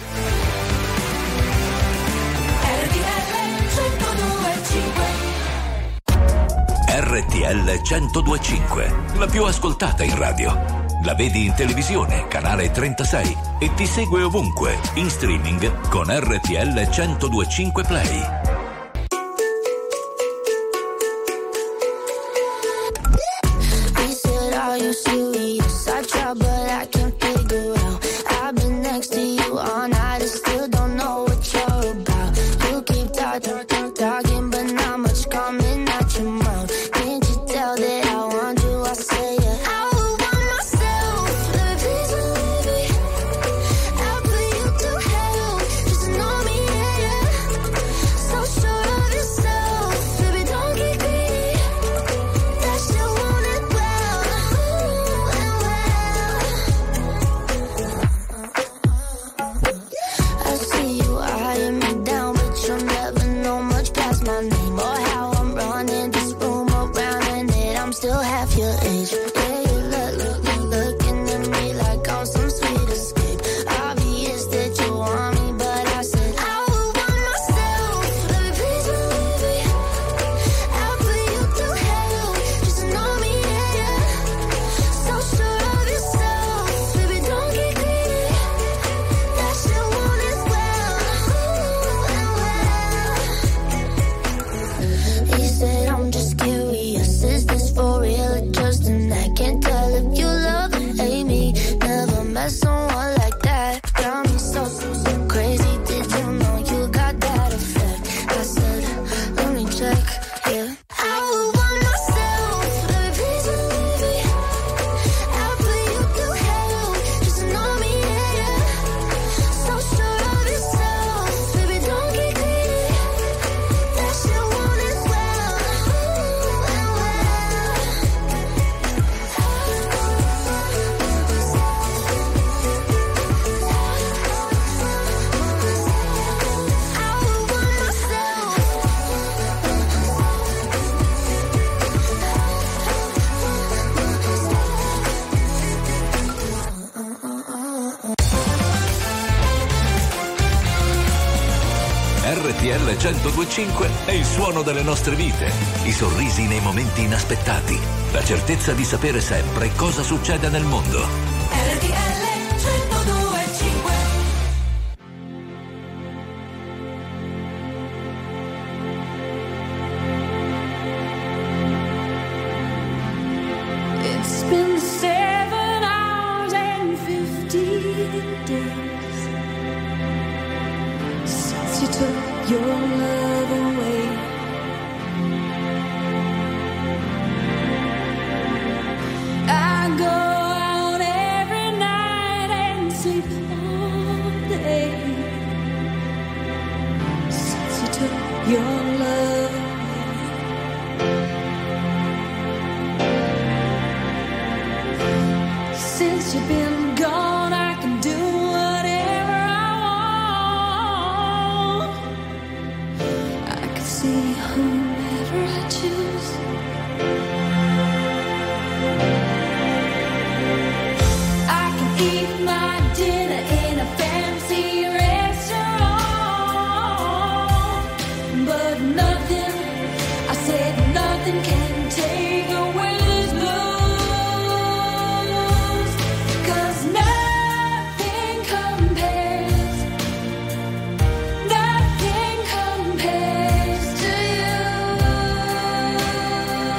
R T L centodue e cinque, la più ascoltata in radio. La vedi in televisione, canale trentasei, e ti segue ovunque, in streaming con R T L centodue e cinque Play. He said, are you serious? I try, but I can't figure out. I've been next to you all night and still don't know what you're about. You keep talking, talking, talking, but not much coming out your mouth. Can't you tell that I want you? I say it. I would want myself, baby, please believe me. I'll put you through hell, just to know me, yeah, yeah. So sure of yourself, baby, don't get greedy. That you want it well, ooh, and well. I see you eyeing me down, but you'll never know much past my name or how I'm running this room around, and that I'm still half your age. Yeah, you look, look, look, looking at me like I'm some sweet escape. Obvious that you want me, but I said I would want myself, baby, please believe me. I'll put you through hell, just to know me, yeah, yeah. So sure of yourself, baby, don't get greedy. That you want it well, ooh, and well. He said, I'm just curious, is this for real or just an act? Can't tell if you love or hate me. Never met someone like that. Got me so, so, so crazy. Did you know you got that effect? I said, let me check, yeah. I would want myself, baby, please believe me. I'll put you through hell, just to know me, yeah, yeah. So sure of yourself, baby, don't get greedy. That you want it well, ooh, and well. I would want myself. R T L centodue e cinque è il suono delle nostre vite, i sorrisi nei momenti inaspettati, la certezza di sapere sempre cosa succede nel mondo. R T L centodue e cinque. It's been seven hours and fifty days since you took your love away. I go out every night and sleep all day since you took your love away. Since you've been gone, I can do whatever I want. I can see whomever I choose. I can eat my dinner in a fancy restaurant, but nothing, I said nothing can take away this blues, 'cause nothing compares, nothing compares to you.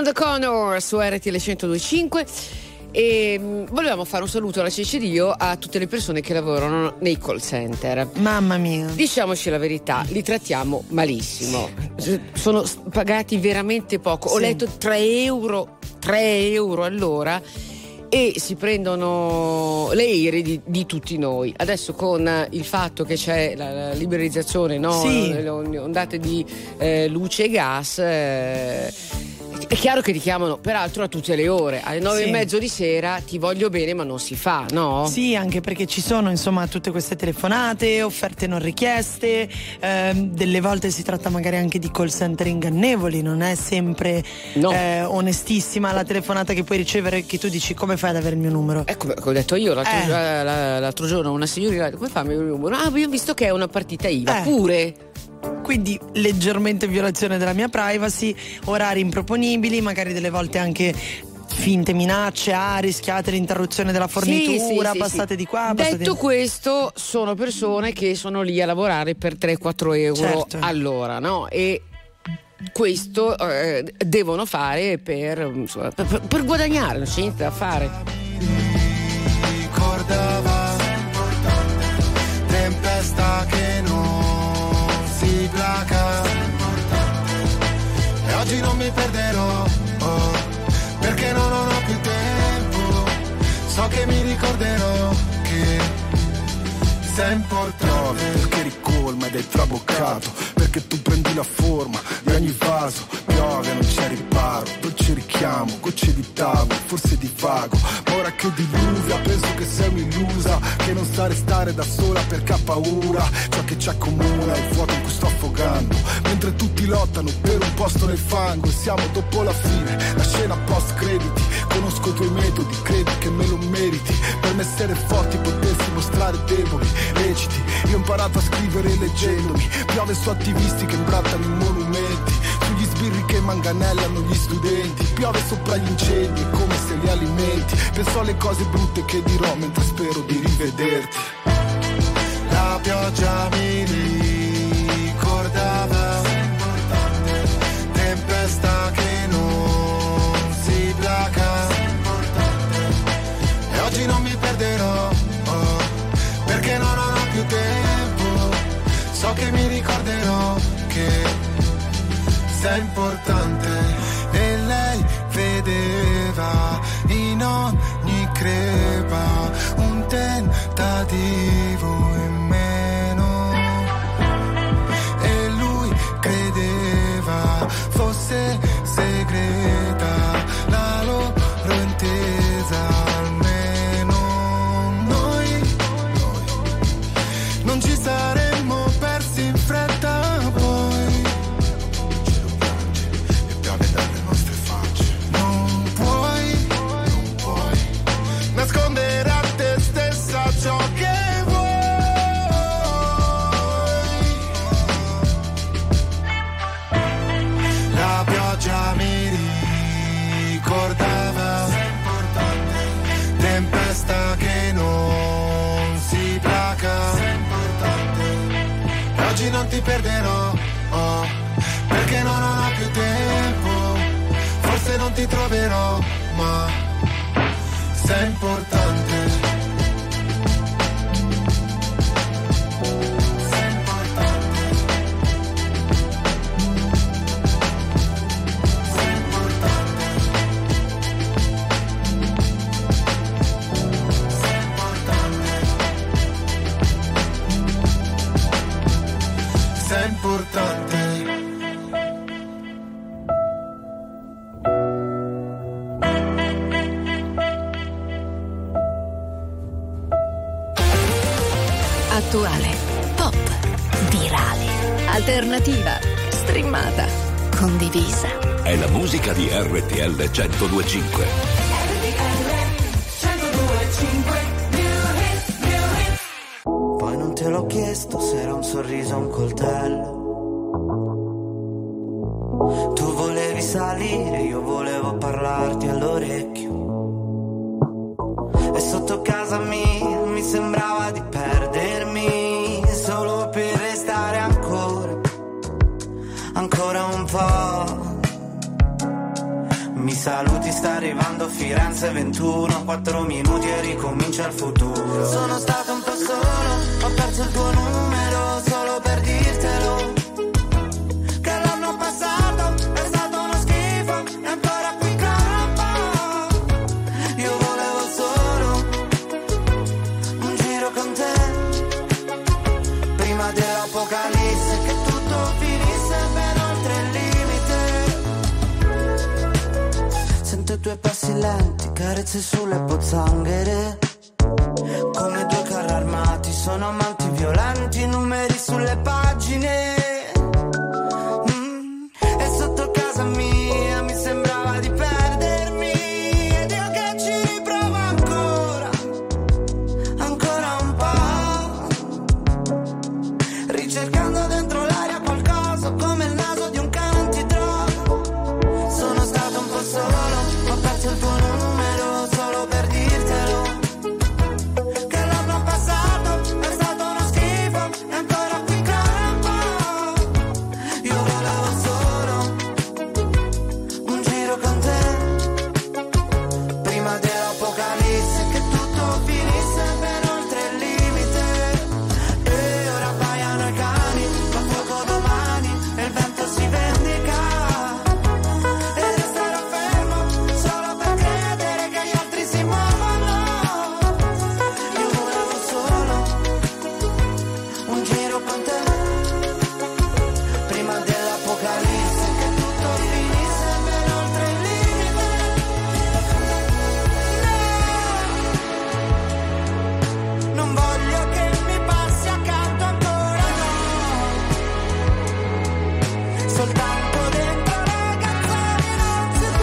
Simeon O'Connor su R T L centodue e cinque. E mh, volevamo fare un saluto alla C C D O a tutte le persone che lavorano nei call center. Mamma mia, diciamoci la verità, li trattiamo malissimo, sono pagati veramente poco. Sì. Ho letto tre euro all'ora e si prendono le ire di, di tutti noi. Adesso con il fatto che c'è la, la liberalizzazione, no? Sì. Le ondate di eh, luce e gas, eh, è chiaro che ti chiamano peraltro a tutte le ore, alle nove Sì. e mezzo di sera ti voglio bene ma non si fa, no? Sì, anche perché ci sono insomma tutte queste telefonate, offerte non richieste, ehm, delle volte si tratta magari anche di call center ingannevoli, non è sempre no. eh, onestissima la telefonata che puoi ricevere, che tu dici come fai ad avere il mio numero? Ecco, come ho detto io l'altro, Eh. l'altro giorno una signorina, come fa il mio numero? Ah, io ho visto che è una partita I V A, Eh. pure. Quindi leggermente violazione della mia privacy, orari improponibili, magari delle volte anche finte minacce, ah rischiate l'interruzione della fornitura, Sì, sì, sì, passate sì. di qua, Detto passate di... questo, sono persone che sono lì a lavorare per tre quattro euro Certo. all'ora, no? E questo eh, devono fare per, insomma, per, per guadagnare, non c'è niente da fare. Ricordava tempesta che non si placa e oggi non mi perderò, oh, perché non ho più tempo, so che mi ricorderò che sei importante, perché ricolma ed è traboccato, perché tu prendi la forma di ogni vaso, piove non c'è riparo, dolce richiamo, gocce di tavolo, forse di vago, ma ora che diluvia penso che sei un'illusa, che non sa restare da sola perché ha paura, ciò che ci accomuna è il vuoto in cui sto affogando, mentre tutti lottano per un posto nel fango, e siamo dopo la fine, la scena post crediti, conosco i tuoi metodi, credi che me lo meriti, per me essere forti potersi mostrare deboli, reciti, io ho imparato a scrivere leggendomi, piove su attivisti che imbrattano i monumenti, sugli sbirri che manganellano gli studenti, piove sopra gli incendi, è come se li alimenti, penso alle cose brutte che dirò mentre spero di rivederti. La pioggia mi ricordava tempesta che non si placa e oggi non mi perderò, oh, perché non ho più tempo, so che mi ricorderò che sei importante, e lei vedeva in ogni crepa un tentativo in meno, e lui credeva fosse segreta la loro intesa, almeno noi, noi non ci saremmo persi in fretta poi, e piove dalle nostre facce, non puoi, non puoi nascondere a te stessa ciò che vuoi. La pioggia mi ricordava tempesta che non si placa, oggi non ti perderò, oh, perché non ho più tempo, forse non ti troverò, ma sei importante. Sei importante. Sei importante. Sei importante. Sei importante. Attuale, pop, virale, alternativa, streamata, condivisa. È la musica di R T L centodue e cinque. Poi non te l'ho chiesto se era un sorriso o un coltello. Tu volevi salire, io volevo parlarti all'orecchio. E sotto casa mia mi sembrava di perdermi, solo per restare ancora, ancora un po'. saluti, sta arrivando Firenze ventuno, quattro minuti e ricomincia il futuro. Sono stato un po' solo, ho perso il tuo numero solo per dirtelo, che l'anno passato è stato uno schifo e ancora qui campo. Io volevo solo un giro con te, prima dell'apocalisse, che tutto finisse ben oltre il limite. Sento i tuoi passi lenti, carezze sulle pozzanghere, come due carri armati, sono amanti violenti, numeri sulle pagine. Mm. E sotto casa mia mi sembrava di perdermi, ed io che ci riprovo ancora, ancora un po', ricercando dentro l'aria qualcosa come il naso di un cane antidroga. Sono stato un po' solo, ho perso il tuo numero solo per dirtelo, che l'anno passato è stato uno schifo e ancora qui campo. Io volevo solo un giro con te, prima dell'apocalisse, che tutto finisse ben oltre il limite. E ora baiano i cani, fa fuoco domani e il vento si vendica, e resterò fermo solo per credere che gli altri si muovono. Io volevo solo un giro con te, prima dell'apocalisse, che tutto finisse ben oltre il limite. Non voglio che mi passi accanto ancora, no, soltanto dentro le canzoni non si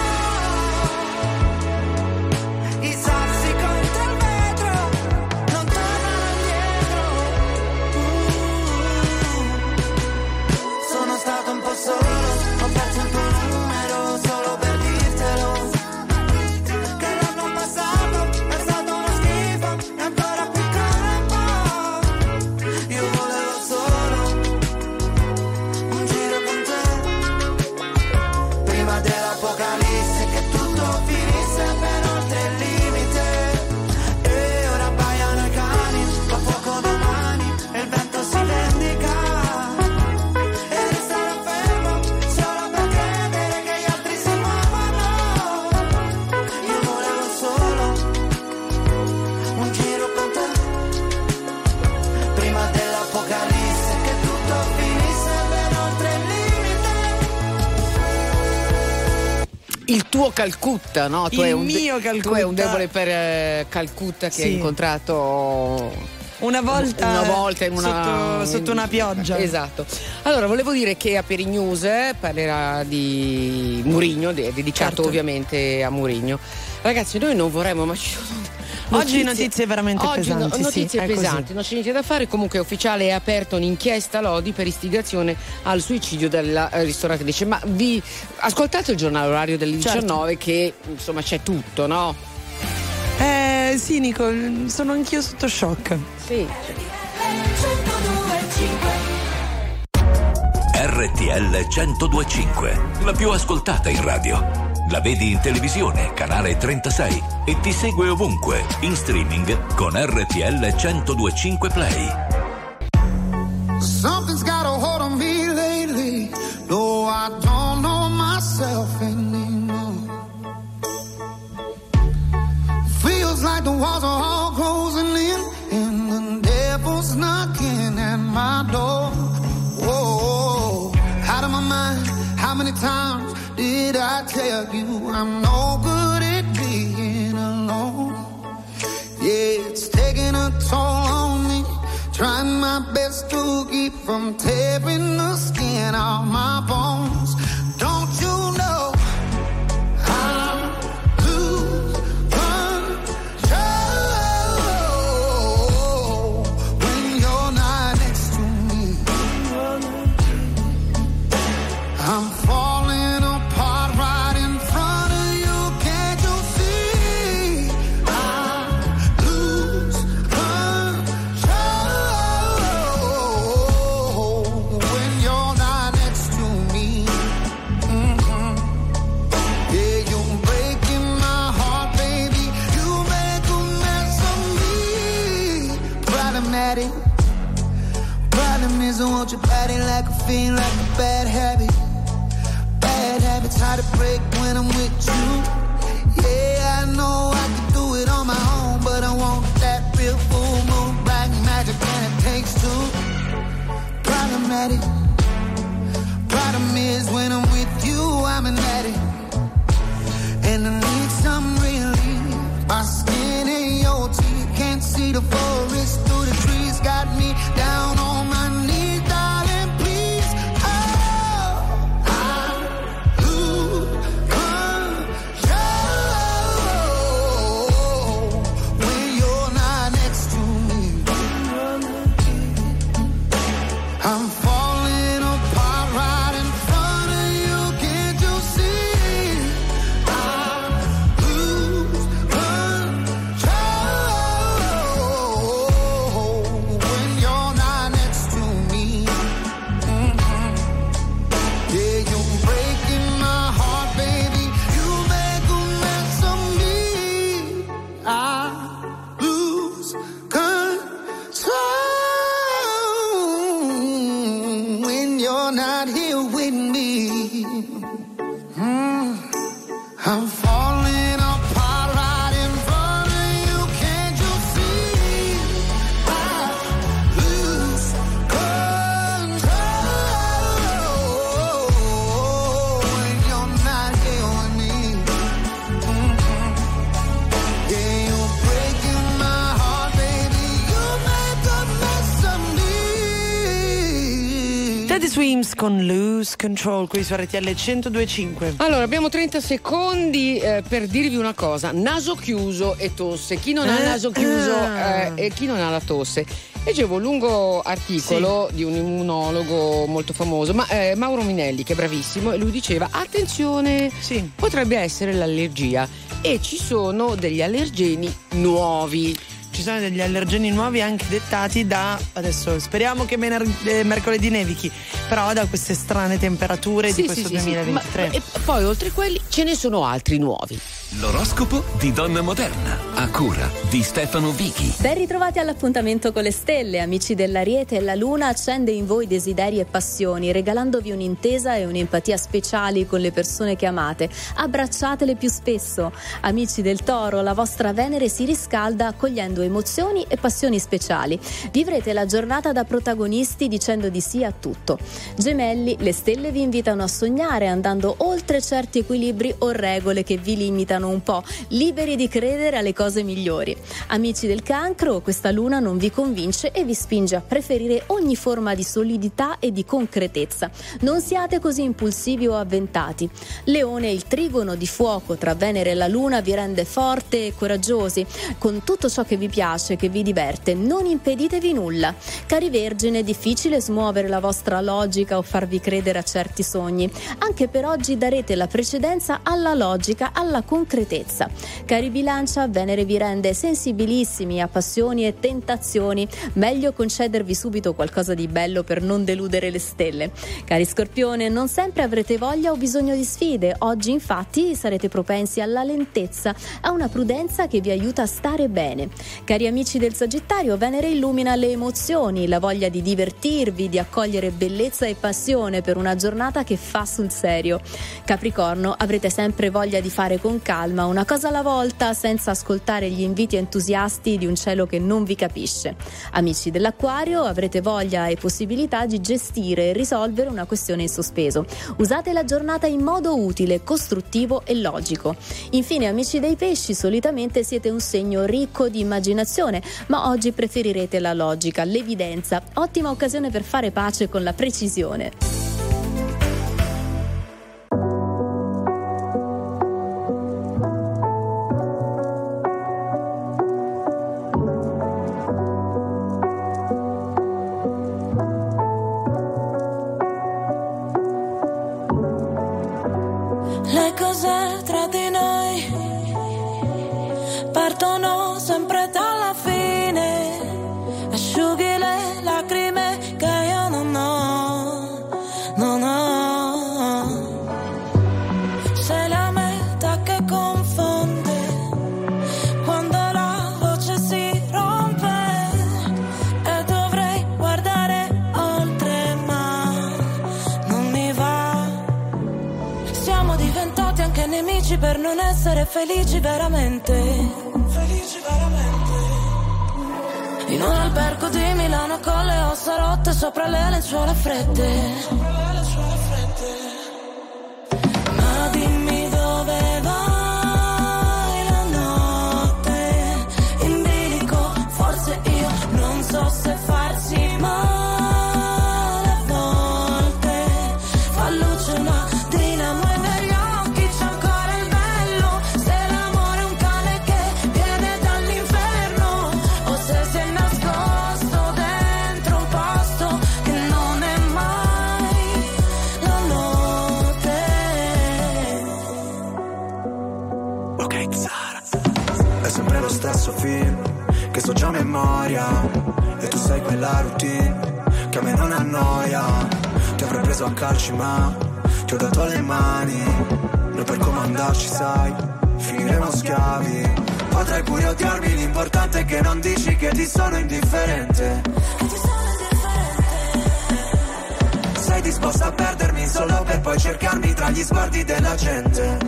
può. I sassi contro il vetro non tornano indietro. Uh. Sono stato un po' solo, ho perso il tuo numero solo per dirtelo, che l'anno passato è stato uno schifo e ancora qui campo. Io volevo solo un giro con te, prima dell'apocalisse, che tutto finisse ben oltre il limite. E ora baiano i cani, fa fuoco domani e il vento si vendica, e resterò fermo solo per credere che gli altri si muovono. Io volevo solo un giro con te, prima dell'apocalisse, che tutto finisse ben oltre il limite. Il tuo Calcutta, no? Tu Il hai un de- mio Tu hai un Calcutta. debole per eh, Calcutta, che Sì. hai incontrato Una volta, una volta in una, sotto, sotto una pioggia. Esatto. Allora, volevo dire che a Peri News eh, parlerà di Mourinho, de- dedicato Certo. ovviamente a Mourinho. Ragazzi, noi non vorremmo, ma ci sono Oggi notizie veramente Oggi no- pesanti, sì, notizie è così. pesanti, non c'è niente da fare. Comunque è ufficiale, è aperta un'inchiesta Lodi per istigazione al suicidio della eh, ristoratrice. Ma vi ascoltate il giornale orario delle diciannove, che insomma c'è tutto, no? Eh sì, Nico, sono anch'io sotto shock. Sì. R T L centodue e cinque, la più ascoltata in radio. La vedi in televisione, canale trentasei, e ti segue ovunque, in streaming con R T L centodue e cinque Play. Something's got a hold on me lately. No, I don't know myself anymore. Feels like the walls are all closing in, and the devil's knocking at my door. Whoa, out of my mind. How many times did I tell you I'm no good at being alone? Yeah, it's taking a toll on me. Trying my best to keep from tearing the skin off my bones. Don't you know I'm losing control when you're not next to me? I'm falling apart right in front of you. Can't you see? I lose control when you're not next to me. caffeine like a bad habit. Bad habits hard to break when I'm with you. Yeah, I know I can do it on my own, but I want that real full moon, black magic, and it takes two. Problematic. Problem is when I'm with you, I'm an addict, and I need some relief. My skin and your teeth can't see the forest through the trees. Got me down on my knees, darling, please. Oh, I lose control when you're not next to me. I'm falling apart right in front of you. Can't you see? I lose control when you're not next to me. Mhm. Yeah, you're breaking my heart, baby. You make a mess of me. I lose control when you're not here with me. Mm. I'm falling apart right in front of you. Can't you see? I lose control when you're not here with me. Mhm. Yeah, you're breaking my heart, baby. You make a mess of me. Teddy Swims con Lose Control qui su R T L centodue e cinque. Allora, abbiamo trenta secondi eh, per dirvi una cosa: naso chiuso e tosse. Chi non ha il naso chiuso eh, e chi non ha la tosse. Leggevo un lungo articolo di un immunologo molto famoso, ma, eh, Mauro Minelli, che è bravissimo, e lui diceva: attenzione, potrebbe essere l'allergia, e ci sono degli allergeni nuovi. Ci sono degli allergeni nuovi anche dettati da, adesso speriamo che mener- eh, mercoledì nevichi, però da queste strane temperature Sì, di sì, questo sì, sì. duemilaventitré. Ma- e poi oltre quelli ce ne sono altri nuovi. L'oroscopo di Donna Moderna, a cura di Stefano Vichi. Ben ritrovati all'appuntamento con le stelle, amici dell'Ariete. La Luna accende in voi desideri e passioni, regalandovi un'intesa e un'empatia speciali con le persone che amate. Abbracciatele più spesso. Amici del Toro, la vostra Venere si riscalda accogliendo emozioni e passioni speciali. Vivrete la giornata da protagonisti dicendo di sì a tutto. Gemelli, le stelle vi invitano a sognare andando oltre certi equilibri o regole che vi limitano un po', liberi di credere alle cose migliori. Amici del Cancro, questa luna non vi convince e vi spinge a preferire ogni forma di solidità e di concretezza. Non siate così impulsivi o avventati. Leone, il trigono di fuoco tra Venere e la Luna vi rende forte e coraggiosi, con tutto ciò che vi piace, che vi diverte. Non impeditevi nulla. Cari Vergine, è difficile smuovere la vostra logica o farvi credere a certi sogni. Anche per oggi darete la precedenza alla logica, alla concretezza. Cari Bilancia, Venere vi rende sensibilissimi a passioni e tentazioni. Meglio concedervi subito qualcosa di bello per non deludere le stelle. Cari Scorpione, non sempre avrete voglia o bisogno di sfide. Oggi infatti sarete propensi alla lentezza, a una prudenza che vi aiuta a stare bene. Cari amici del Sagittario, Venere illumina le emozioni, la voglia di divertirvi, di accogliere bellezza e passione per una giornata che fa sul serio. Capricorno, avrete sempre voglia di fare con calma una cosa alla volta, senza ascoltare gli inviti entusiasti di un cielo che non vi capisce. Amici dell'Acquario, avrete voglia e possibilità di gestire e risolvere una questione in sospeso. Usate la giornata in modo utile, costruttivo e logico. Infine, amici dei Pesci, solitamente siete un segno ricco di immaginazione, ma oggi preferirete la logica, l'evidenza. Ottima occasione per fare pace con la precisione. Le cose tra di noi partono sempre dalla fine. Asciughi le lacrime che io non ho, non ho. Sei la meta che confonde quando la voce si rompe, e dovrei guardare oltre, ma che nemici per non essere felici veramente. Felici veramente. In un albergo di Milano con le ossa rotte sopra le lenzuola fredde. Sopra le lenzuola fredde. Ma dimmi dove vai la notte in bilico, forse io non so se farsi male a volte. Fa luce una dinamo e negli occhi c'è ancora il bello. Se l'amore è un cane che viene dall'inferno, o se si è nascosto dentro un posto che non è mai la notte. Ok, Zara. È sempre lo stesso film che so già a memoria, e tu sai quella routine che a me non annoia. Ti avrei preso a calci ma ti ho dato le mani. Noi per comandarci sai, finiremo schiavi. Potrai pure odiarmi, l'importante è che non dici che ti sono indifferente. Sei disposta a perdermi solo per poi cercarmi tra gli sguardi della gente.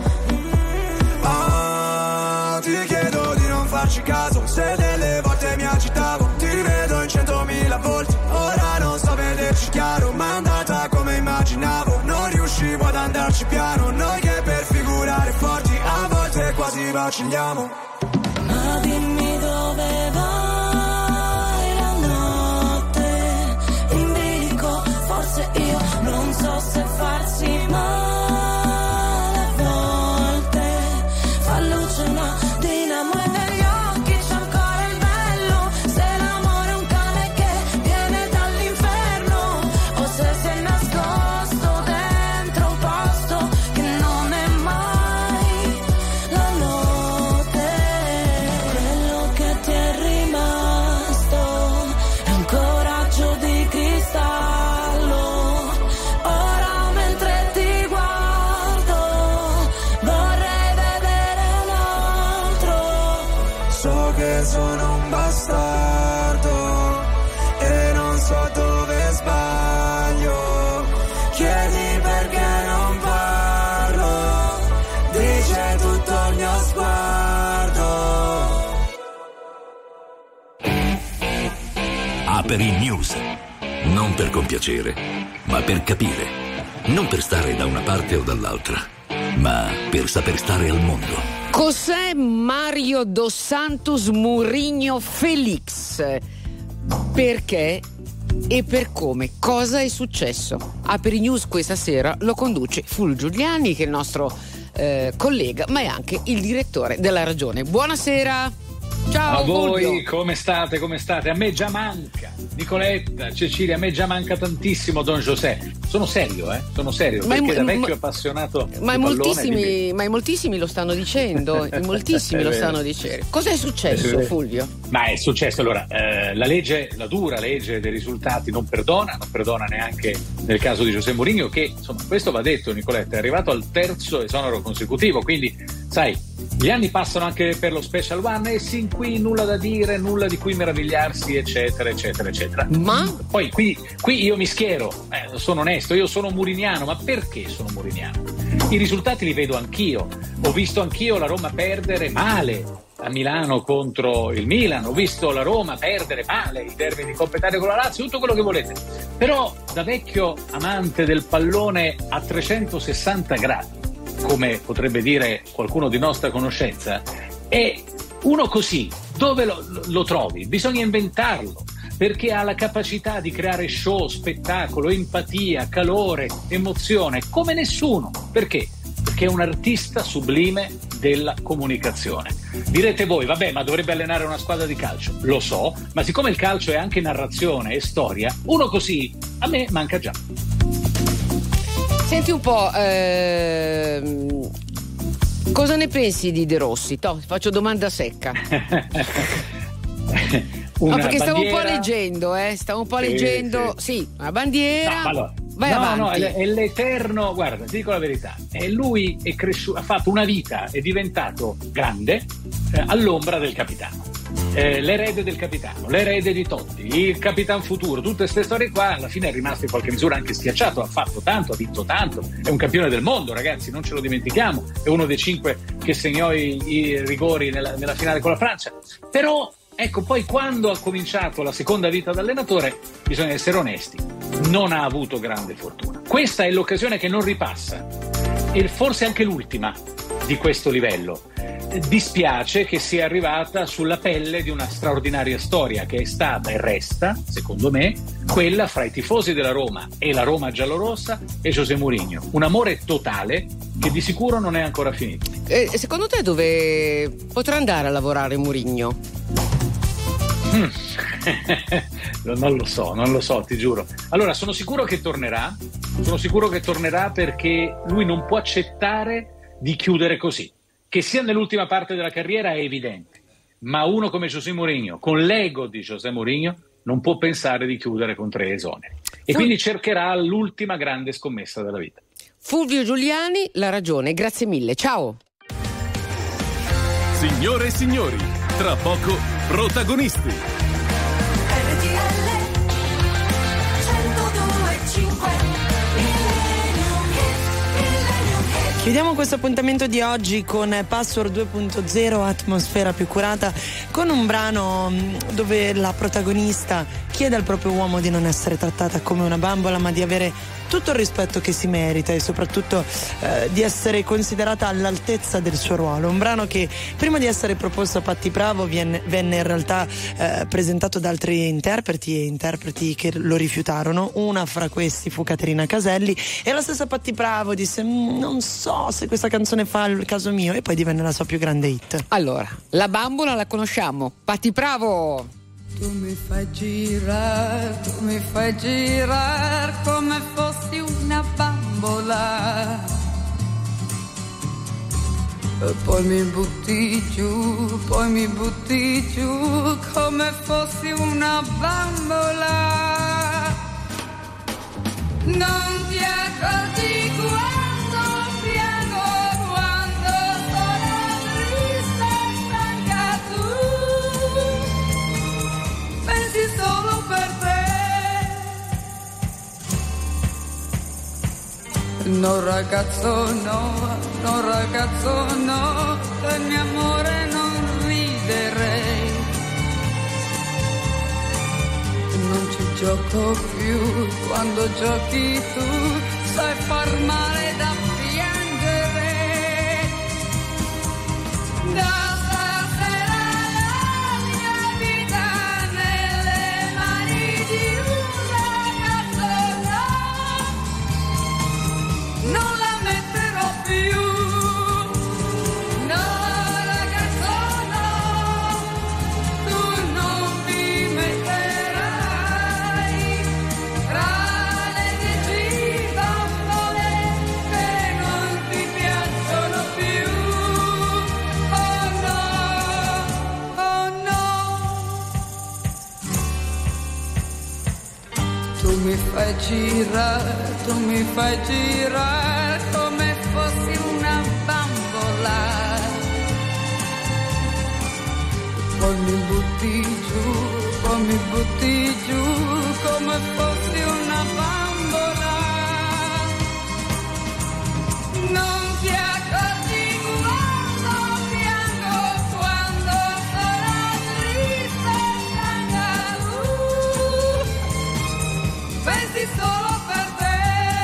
Ah, ti chiedo di non farci caso, se delle volte mi agitavo. Ti rivedo in centomila volte, ora non so vederci chiaro. Ma è andata come immaginavo, non riuscivo ad andarci piano. Noi che per figurare forti a volte quasi vacilliamo. Ma dimmi dove vai la notte in bilico, forse io non so se farsi male a volte. Fa luce una dinamo e negli occhi c'è ancora il bello. Se l'amore è un cane che viene dall'inferno, o se si è nascosto dentro un posto che non è mai la notte. Quello che ti è rimasto è un coraggio di cristallo. Ora mentre ti guardo vorrei vedere un altro. So che sono un bastardo e non so dove sbaglio. Chiedi perché non parlo, dice tutto il mio sguardo. Aperi News. Non per compiacere, ma per capire. Non per stare da una parte o dall'altra, ma per saper stare al mondo. José Mario dos Santos Mourinho Felix. Perché e per come? Cosa è successo? Aperi News questa sera lo conduce Fulvio Giuliani, che è il nostro eh, collega, ma è anche il direttore della Ragione. Buonasera. Ciao a voi, Fulvio. come state? Come state? A me già manca Nicoletta, Cecilia, a me già manca tantissimo Don José. Sono serio, eh? Sono serio, Ma perché è, da vecchio ma, appassionato ma, di moltissimi, pallone, ma moltissimi lo stanno dicendo, in moltissimi È lo vero. stanno dicendo. Cosa è successo, È Fulvio? Ma è successo, allora, eh, la legge, la dura legge dei risultati non perdona, non perdona neanche nel caso di José Mourinho, che insomma, questo va detto, Nicoletta, è arrivato al terzo esonero consecutivo, quindi sai, gli anni passano anche per lo Special One e sin qui nulla da dire, nulla di cui meravigliarsi, eccetera, eccetera, eccetera. Ma? Poi qui, qui io mi schiero, eh, sono onesto, io sono muriniano, ma perché sono muriniano? I risultati li vedo anch'io, ho visto anch'io la Roma perdere male a Milano contro il Milan, ho visto la Roma perdere male i derby di Coppa Italia con la Lazio, tutto quello che volete, però da vecchio amante del pallone a trecentosessanta gradi, come potrebbe dire qualcuno di nostra conoscenza, e uno così dove lo, lo trovi? Bisogna inventarlo, perché ha la capacità di creare show, spettacolo, empatia, calore, emozione come nessuno. Perché? Perché è un artista sublime della comunicazione. Direte voi, vabbè, ma dovrebbe allenare una squadra di calcio. Lo so, ma siccome il calcio è anche narrazione e storia, uno così a me manca già. Senti un po', ehm, cosa ne pensi di De Rossi? Toh, faccio domanda secca. Una no, perché stavo bandiera... un po' leggendo, eh? Stavo un po' Sì, leggendo, sì, sì una bandiera. No, allora, vai no, avanti. no, è, è l'eterno, guarda, ti dico la verità, e lui è cresciuto, ha fatto una vita, è diventato grande eh, all'ombra del capitano. eh, l'erede del capitano, l'erede di Totti, il capitan futuro, tutte queste storie qua, alla fine è rimasto in qualche misura anche schiacciato, ha fatto tanto, ha vinto tanto, è un campione del mondo, ragazzi, non ce lo dimentichiamo, è uno dei cinque che segnò i, i rigori nella, nella finale con la Francia, però ecco, poi quando ha cominciato la seconda vita da allenatore, bisogna essere onesti, non ha avuto grande fortuna. Questa è l'occasione che non ripassa e forse anche l'ultima di questo livello. Dispiace che sia arrivata sulla pelle di una straordinaria storia che è stata e resta, secondo me, quella fra i tifosi della Roma e la Roma giallorossa e José Mourinho. Un amore totale che di sicuro non è ancora finito. E secondo te dove potrà andare a lavorare Mourinho? Mm. Non lo so, non lo so, ti giuro. Allora, sono sicuro che tornerà, sono sicuro che tornerà perché lui non può accettare di chiudere così. Che sia nell'ultima parte della carriera è evidente, ma uno come José Mourinho, con l'ego di José Mourinho, non può pensare di chiudere con tre esoneri. E quindi cercherà l'ultima grande scommessa della vita. Fulvio Giuliani, La Ragione, grazie mille, ciao. Signore e signori, tra poco protagonisti. Chiudiamo questo appuntamento di oggi con Password due punto zero, atmosfera più curata, con un brano dove la protagonista chiede al proprio uomo di non essere trattata come una bambola, ma di avere tutto il rispetto che si merita e soprattutto eh, di essere considerata all'altezza del suo ruolo. Un brano che prima di essere proposto a Patti Bravo viene, venne in realtà eh, presentato da altri interpreti e interpreti che lo rifiutarono. Una fra questi fu Caterina Caselli e la stessa Patti Bravo disse non so se questa canzone fa il caso mio, e poi divenne la sua più grande hit. Allora, la bambola la conosciamo, Patti Bravo. Tu mi fai girare, tu mi fai girare come fossi una bambola. E poi mi butti giù, poi mi butti giù come fossi una bambola. Non ti accorgi quando piango, quando sono triste e stanca tu. Pensi solo per te. No ragazzo no, no ragazzo no, del mio amore non riderei. Non ci gioco più, quando giochi tu sai far male da piangere. Da non la metterò più, no ragazzo no, tu non mi metterai tra le dieci bambole che non ti piacciono più, oh no, oh no. Tu mi fai girare, tu mi fai girare come fossi una bambola. Poi mi butti giù, poi mi butti giù come fossi una bambola. Non ti accorgi quando piango, quando sono triste e stanca. Uh, pensi solo per te.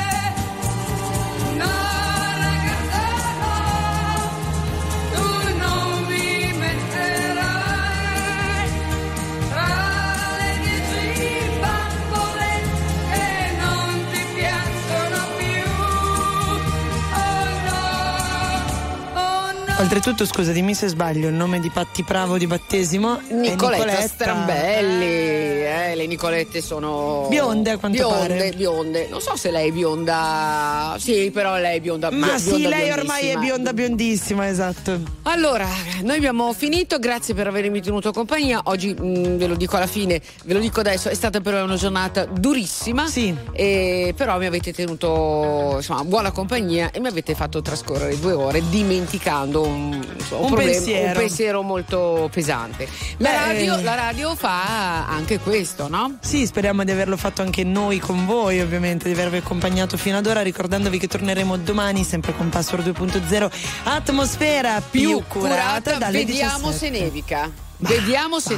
No ragazzo no, tu non mi metterai tra le dieci bambole che non ti piacciono più. Oh no, oh no. Oltretutto, scusa, dimmi se sbaglio, il nome di Patti Bravo di battesimo Nicoletta, è Nicoletta Strambelli, eh, eh, le Nicolette sono bionde a quanto bionde, pare. bionde. Non so se lei è bionda, sì, però lei è bionda. Ma bionda, sì, lei ormai è biondissima. bionda biondissima, esatto. Allora, noi abbiamo finito, grazie per avermi tenuto compagnia. Oggi mh, ve lo dico alla fine, ve lo dico adesso, è stata però una giornata durissima. Sì. E però mi avete tenuto insomma buona compagnia e mi avete fatto trascorrere due ore dimenticando un, insomma, un, Un problema, pensiero. un pensiero molto pesante. La Beh, radio, la radio fa anche questo, no? Sì, speriamo di averlo fatto anche noi con voi, ovviamente, di avervi accompagnato fino ad ora, ricordandovi che torneremo domani sempre con Password due punto zero, atmosfera più, Più curata, curata, dalle vediamo diciassette. se nevica. Vediamo se